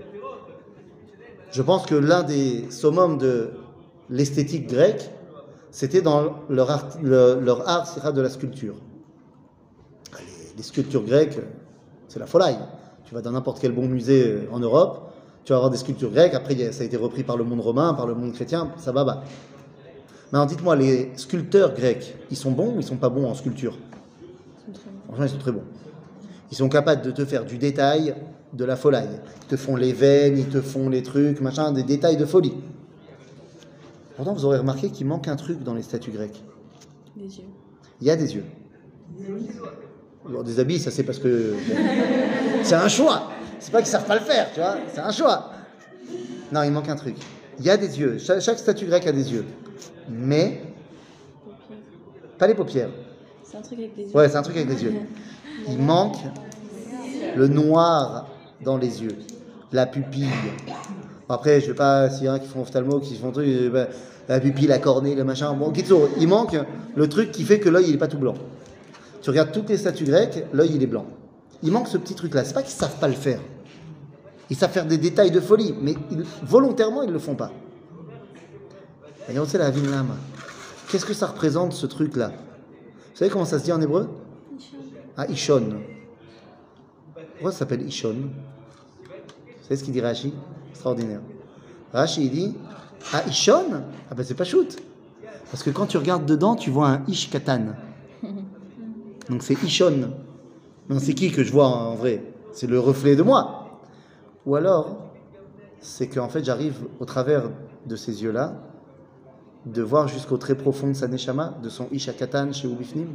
Je pense que l'un des summums de l'esthétique grecque, c'était dans leur art de la sculpture. Les sculptures grecques, c'est la folie. Tu vas dans n'importe quel bon musée en Europe, tu vas avoir des sculptures grecques, après ça a été repris par le monde romain, par le monde chrétien, ça va bas. Maintenant, dites-moi, les sculpteurs grecs, ils sont bons ou ils sont pas bons en sculpture? Franchement, ils sont très bons. Ils sont capables de te faire du détail, de la folie. Ils te font les veines, ils te font les trucs, machin, des détails de folie. Pourtant, vous aurez remarqué qu'il manque un truc dans les statues grecques. Des yeux. Il y a des yeux. Alors, des habits, ça c'est parce que... c'est un choix. C'est pas qu'ils savent pas le faire, tu vois. C'est un choix. Non, il manque un truc. Il y a des yeux. Chaque statue grecque a des yeux. Mais... pas les paupières. C'est un truc avec des yeux. Ouais, c'est un truc avec les yeux. Il manque le noir dans les yeux, la pupille. Après, je ne vais pas, s'il y en a qui font ophtalmo, qui font truc, la pupille, la cornée, le machin. Bon, il manque le truc qui fait que l'œil, il n'est pas tout blanc. Tu regardes toutes les statues grecques, l'œil, il est blanc. Il manque ce petit truc-là. C'est pas qu'ils ne savent pas le faire. Ils savent faire des détails de folie, mais volontairement, ils ne le font pas. Et on sait la Vinlama. Qu'est-ce que ça représente, ce truc-là? Vous savez comment ça se dit en hébreu? Ah, Ishon. Pourquoi ça s'appelle Ishon? Vous savez ce qu'il dit Rashi? Extraordinaire. Rashi, il dit ah, Ishon? Ah ben c'est pas shoot. Parce que quand tu regardes dedans, tu vois un Ish Katan. Donc c'est Ishon. Non, c'est qui que je vois en vrai? C'est le reflet de moi. Ou alors, c'est qu'en fait, j'arrive au travers de ces yeux-là, de voir jusqu'au très profond de sa neshama, de son Ish Katan chez Ubifnim.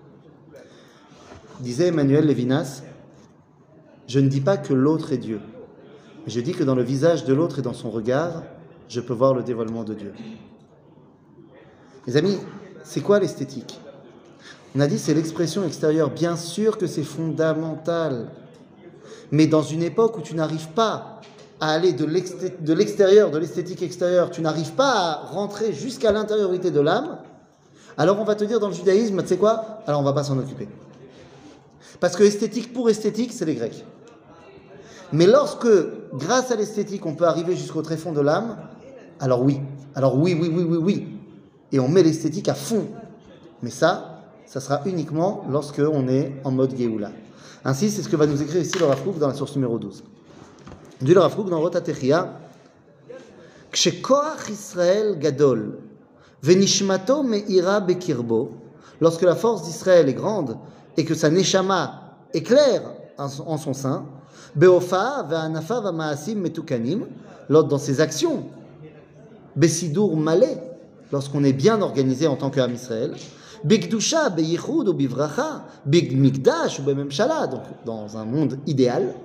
Disait Emmanuel Levinas, je ne dis pas que l'autre est Dieu. Je dis que dans le visage de l'autre et dans son regard, je peux voir le dévoilement de Dieu. Mes amis, c'est quoi l'esthétique? On a dit c'est l'expression extérieure. Bien sûr que c'est fondamental. Mais dans une époque où tu n'arrives pas à aller de l'extérieur, de l'esthétique extérieure, tu n'arrives pas à rentrer jusqu'à l'intériorité de l'âme, alors on va te dire dans le judaïsme, tu sais quoi? Alors on ne va pas s'en occuper. Parce que esthétique pour esthétique, c'est les Grecs. Mais lorsque, grâce à l'esthétique, on peut arriver jusqu'au tréfonds de l'âme, alors oui. Alors oui. Et on met l'esthétique à fond. Mais ça sera uniquement lorsque on est en mode Géoula. Ainsi, c'est ce que va nous écrire ici le Rav Kook dans la source numéro 12. Dit le Rav Kook dans Rot HaTechia, Kshekoach Israël gadol, venishmato me'ira bekirbo, lorsque la force d'Israël est grande et que sa neshama éclaire en son sein, beofa ve'anafa va'maasim metukanim, l'autre dans ses actions, besidur malé, lorsqu'on est bien organisé en tant qu'âme Israël, bigdusha beyichud ou bivracha, big mikdash ou bememshala, donc dans un monde idéal,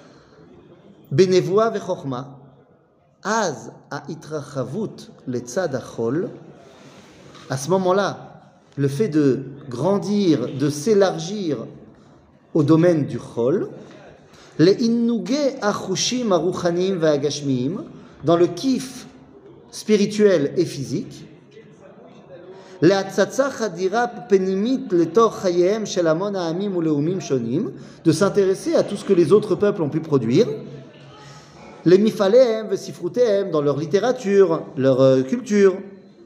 benevoa vechochma, az haitrachavut letzad achol, à ce moment-là, le fait de grandir, de s'élargir au domaine du chol, les innuge achushim aruchanim ve'agashmiim, dans le kiff spirituel et physique, les hatzatza chadira penimit letoch chayem shel hamon ha'amim u'leumim shonim, de s'intéresser à tout ce que les autres peuples ont pu produire, les mifalehem ve'sifrutehem, dans leur littérature, leur culture,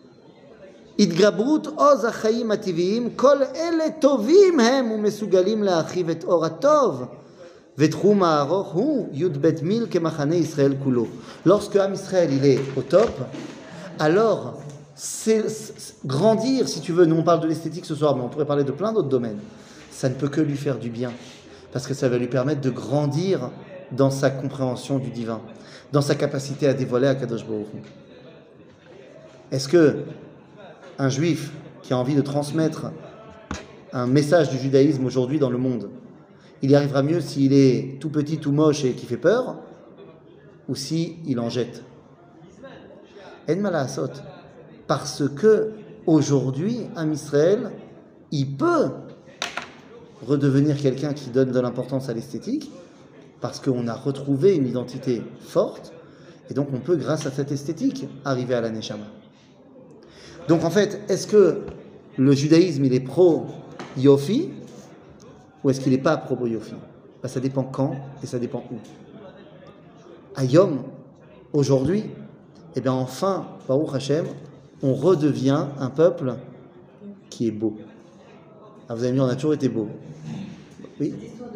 התגברות עוז החיים הטבעיים, כל אלה טובים הם ומסוגלים להרחיב את אור הטוב, ותחום הארוך הוא י"ב מיל כמחנה ישראל כולו. Lorsque Am Israël il est au top, alors c'est grandir, si tu veux, nous on parle de l'esthétique ce soir, mais on pourrait parler de plein d'autres domaines, ça ne peut que lui faire du bien, parce que ça va lui permettre de grandir dans sa compréhension du divin, dans sa capacité à dévoiler Akadosh Baruch Hu. Est-ce que un juif qui a envie de transmettre un message du judaïsme aujourd'hui dans le monde, il y arrivera mieux s'il est tout petit, tout moche et qui fait peur, ou s'il en jette. En malasot. Parce que aujourd'hui, Am Israël, il peut redevenir quelqu'un qui donne de l'importance à l'esthétique, parce qu'on a retrouvé une identité forte, et donc on peut, grâce à cette esthétique, arriver à la Neshama. Donc en fait, est-ce que le judaïsme, il est pro-Yofi, ou est-ce qu'il n'est pas pro-Yofi? Ça dépend quand, et ça dépend où. À Yom, aujourd'hui, eh bien enfin, Baruch Hashem, on redevient un peuple qui est beau. Ah, vous avez dit, on a toujours été beau. Oui.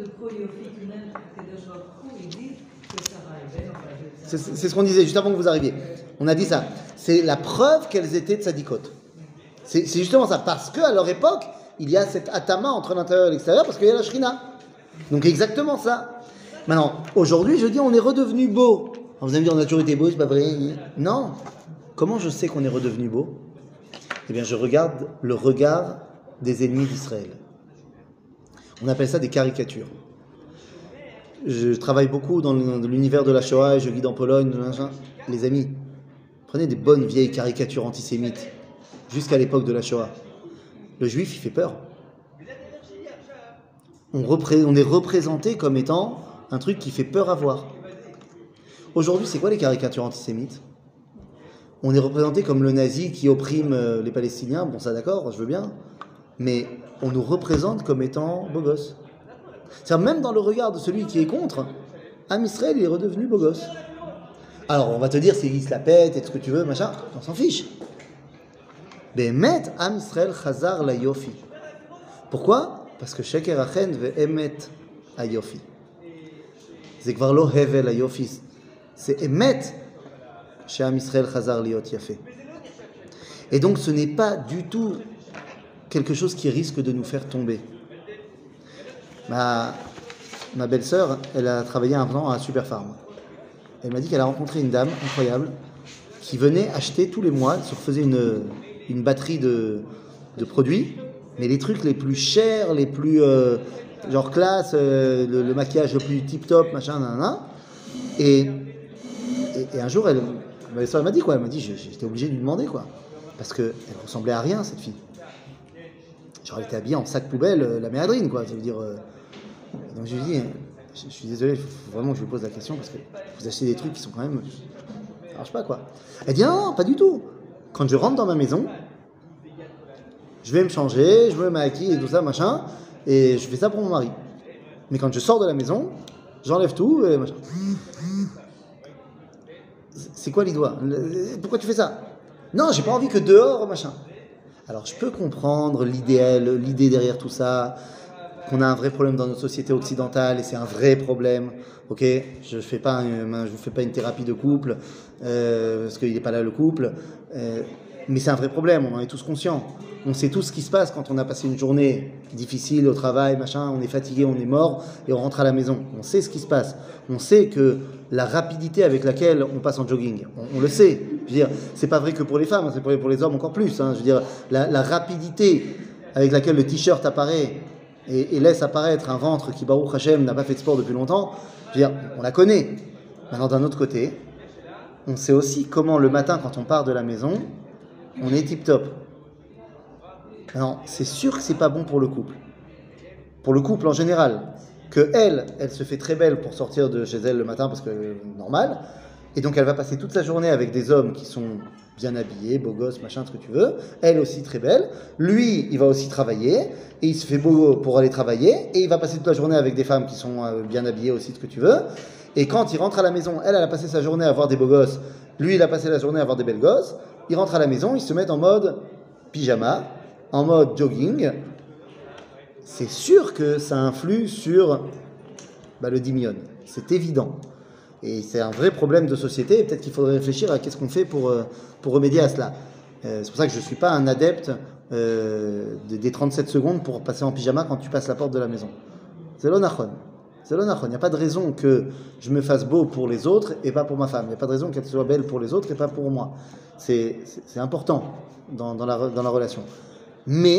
C'est ce qu'on disait juste avant que vous arriviez. On a dit ça. C'est la preuve qu'elles étaient tzadikot. C'est justement ça. Parce qu'à leur époque, il y a cet atama entre l'intérieur et l'extérieur, parce qu'il y a la shrina. Donc exactement ça. Maintenant, aujourd'hui, je dis, on est redevenu beau. Alors vous allez me dire, on a toujours été beau, c'est pas vrai? Non. Comment je sais qu'on est redevenu beau? Eh bien, je regarde le regard des ennemis d'Israël. On appelle ça des caricatures. Je travaille beaucoup dans l'univers de la Shoah et je guide en Pologne. Les amis, prenez des bonnes vieilles caricatures antisémites jusqu'à l'époque de la Shoah. Le juif, il fait peur. On est représenté comme étant un truc qui fait peur à voir. Aujourd'hui, c'est quoi les caricatures antisémites? On est représenté comme le nazi qui opprime les Palestiniens. Bon, ça d'accord, je veux bien. Mais on nous représente comme étant beau gosse. C'est-à-dire, même dans le regard de celui qui est contre, Am Israël, il est redevenu beau gosse. Alors, on va te dire, s'il se la pète et tout ce que tu veux, machin, on s'en fiche. Mais met Am Israël chazar la yofi. Pourquoi? Parce que sheker achen ve'emet a yofi. C'est kvar lo hevel a yofi. C'est emet chez Am Israël chazar liot yafé. Et donc, ce n'est pas du tout quelque chose qui risque de nous faire tomber. Ma belle-sœur, elle a travaillé un temps à Superfarm. Elle m'a dit qu'elle a rencontré une dame incroyable qui venait acheter tous les mois, elle se refaisait une batterie de produits, mais les trucs les plus chers, les plus genre classe, le maquillage le plus tip-top, machin, nanana. Et un jour, ma belle-sœur m'a dit quoi? Elle m'a dit, j'étais obligé de lui demander quoi, parce qu'elle ressemblait à rien cette fille. Genre, elle était habillée en sac poubelle, la méadrine, quoi. Ça veut dire. Donc, je lui dis, je suis désolé, il faut vraiment que je vous pose la question parce que vous achetez des trucs qui sont quand même. Ça marche pas, quoi. Elle dit, non, pas du tout. Quand je rentre dans ma maison, je vais me changer, je me maquille et tout ça, machin, et je fais ça pour mon mari. Mais quand je sors de la maison, j'enlève tout et machin. C'est quoi l'idée? Pourquoi tu fais ça? Non, j'ai pas envie que dehors, machin. Alors, je peux comprendre l'idée derrière tout ça, qu'on a un vrai problème dans notre société occidentale, et c'est un vrai problème, ok? Je ne vous fais pas une thérapie de couple, parce qu'il n'est pas là le couple, mais c'est un vrai problème, on en est tous conscients. On sait tous ce qui se passe quand on a passé une journée difficile au travail, machin, on est fatigué, on est mort, et on rentre à la maison. On sait ce qui se passe. On sait que la rapidité avec laquelle on passe en jogging, on le sait. Je veux dire, c'est pas vrai que pour les femmes, c'est vrai pour les hommes encore plus. Hein. Je veux dire, la rapidité avec laquelle le t-shirt apparaît et laisse apparaître un ventre qui, Baruch Hashem, n'a pas fait de sport depuis longtemps, je veux dire, on la connaît. Maintenant, d'un autre côté, on sait aussi comment le matin, quand on part de la maison, on est tip-top. Alors, c'est sûr que c'est pas bon pour le couple. Pour le couple en général. Que elle se fait très belle pour sortir de chez elle le matin parce que normal. Et donc elle va passer toute la journée avec des hommes qui sont bien habillés, beaux gosses, machin, ce que tu veux. Elle aussi très belle. Lui, il va aussi travailler. Et il se fait beau pour aller travailler. Et il va passer toute la journée avec des femmes qui sont bien habillées aussi, ce que tu veux. Et quand il rentre à la maison, elle a passé sa journée à voir des beaux gosses. Lui, il a passé la journée à voir des belles gosses. Il rentre à la maison, ils se mettent en mode pyjama, en mode jogging. C'est sûr que ça influe sur le dimion. C'est évident. Et c'est un vrai problème de société. Et peut-être qu'il faudrait réfléchir à qu'est-ce qu'on fait pour remédier à cela. C'est pour ça que je ne suis pas un adepte des 37 secondes pour passer en pyjama quand tu passes la porte de la maison. C'est l'onachon. C'est l'onachon. Il n'y a pas de raison que je me fasse beau pour les autres et pas pour ma femme. Il n'y a pas de raison qu'elle soit belle pour les autres et pas pour moi. C'est important dans la relation. Mais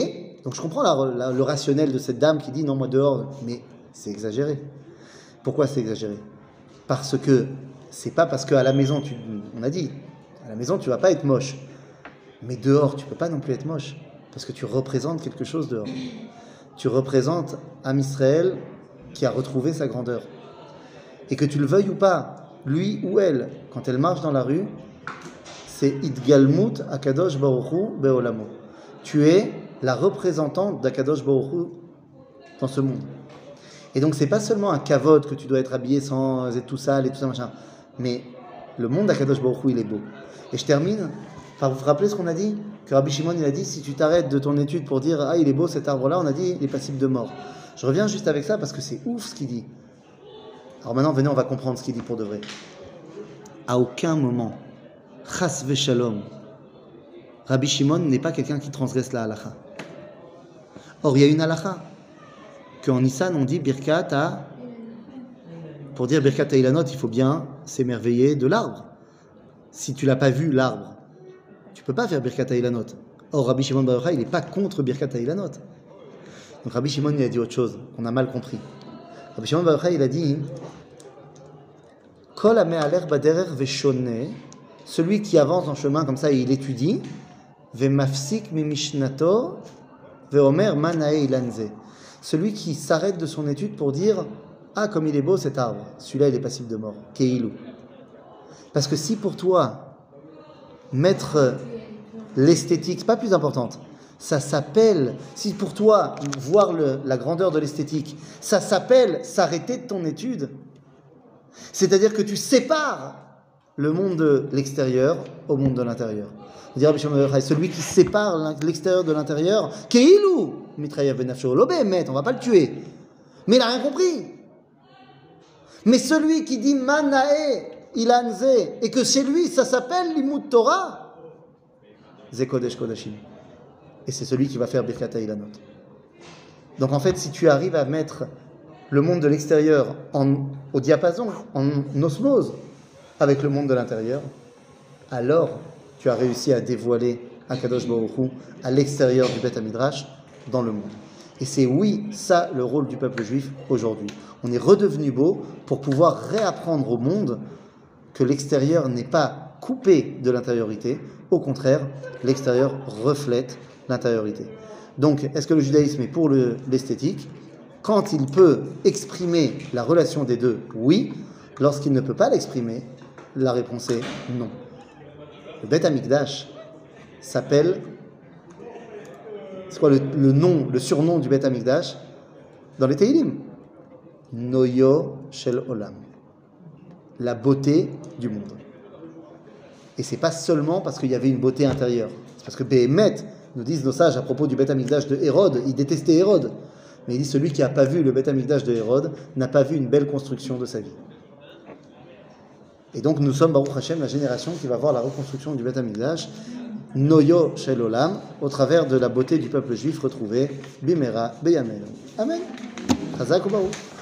Donc je comprends le rationnel de cette dame qui dit non, moi dehors, mais c'est exagéré. Pourquoi c'est exagéré? Parce que c'est pas parce qu'à la maison, on a dit, à la maison tu vas pas être moche, mais dehors tu peux pas non plus être moche, parce que tu représentes quelque chose dehors. Tu représentes Am Israël qui a retrouvé sa grandeur. Et que tu le veuilles ou pas, lui ou elle, quand elle marche dans la rue, c'est Idgalmut Akadosh Baruch Hu Be'olamo. Tu es la représentante d'Akadosh Baruch Hu dans ce monde. Et donc c'est pas seulement un kavod que tu dois être habillé sans être tout sale et tout ça machin, mais le monde d'Akadosh Baruch Hu il est beau. Et je termine par vous rappeler ce qu'on a dit, que Rabbi Shimon il a dit si tu t'arrêtes de ton étude pour dire ah il est beau cet arbre là, on a dit il est passible de mort. Je reviens juste avec ça parce que c'est ouf ce qu'il dit. Alors maintenant venez on va comprendre ce qu'il dit pour de vrai. À aucun moment Chas v'shalom, Rabbi Shimon n'est pas quelqu'un qui transgresse la halakha. Or, il y a une halakha qu'en Nissan, on dit Birkat à... Pour dire Birkat à Ilanot, il faut bien s'émerveiller de l'arbre. Si tu l'as pas vu, l'arbre, tu peux pas faire Birkat à Ilanot. Or, Rabbi Shimon Bar Yochai, il n'est pas contre Birkat à Ilanot. Donc, Rabbi Shimon, il a dit autre chose, qu'on a mal compris. Rabbi Shimon Bar Yochai, il a dit Kol ha'me'aler baderer veshoneh, celui qui avance en chemin comme ça et il étudie, Vemafsik mi mishnato, veomer manae ilanze. Celui qui s'arrête de son étude pour dire ah comme il est beau cet arbre, celui-là il est passible de mort. Keilou. Parce que si pour toi mettre l'esthétique, c'est pas plus importante. Ça s'appelle, si pour toi voir la grandeur de l'esthétique, ça s'appelle s'arrêter de ton étude. C'est-à-dire que tu sépares le monde de l'extérieur au monde de l'intérieur. Celui qui sépare l'extérieur de l'intérieur, Keilou, Mitrayev benafsho, l'obémet, on va pas le tuer. Mais il n'a rien compris. Mais celui qui dit Manae ilanze, et que chez lui ça s'appelle Limud Torah, Ze Kodesh Kodashim. Et c'est celui qui va faire Birkat Ilanot. Donc en fait, si tu arrives à mettre le monde de l'extérieur au diapason, en osmose, avec le monde de l'intérieur, alors tu as réussi à dévoiler Akadosh Baruch Hu à l'extérieur du Beth Hamidrash dans le monde. Et c'est oui, ça le rôle du peuple juif aujourd'hui. On est redevenu beau pour pouvoir réapprendre au monde que l'extérieur n'est pas coupé de l'intériorité, au contraire, l'extérieur reflète l'intériorité. Donc, est-ce que le judaïsme est pour l'esthétique? Quand il peut exprimer la relation des deux, oui. Lorsqu'il ne peut pas l'exprimer, la réponse est non. Le Beth Amikdash s'appelle... C'est quoi le surnom du Beth Amikdash dans les Teilim? Noyo Shel Olam. La beauté du monde. Et c'est pas seulement parce qu'il y avait une beauté intérieure. C'est parce que Behemet, nous disent nos sages à propos du Beth Amikdash de Hérode, il détestait Hérode. Mais il dit celui qui n'a pas vu le Beth Amikdash de Hérode n'a pas vu une belle construction de sa vie. Et donc nous sommes, Baruch Hashem, la génération qui va voir la reconstruction du Beth Amikdash, Noyo Shel Olam, au travers de la beauté du peuple juif retrouvé, Bimera Beyamenu. Amen. Chazak ou Baruch.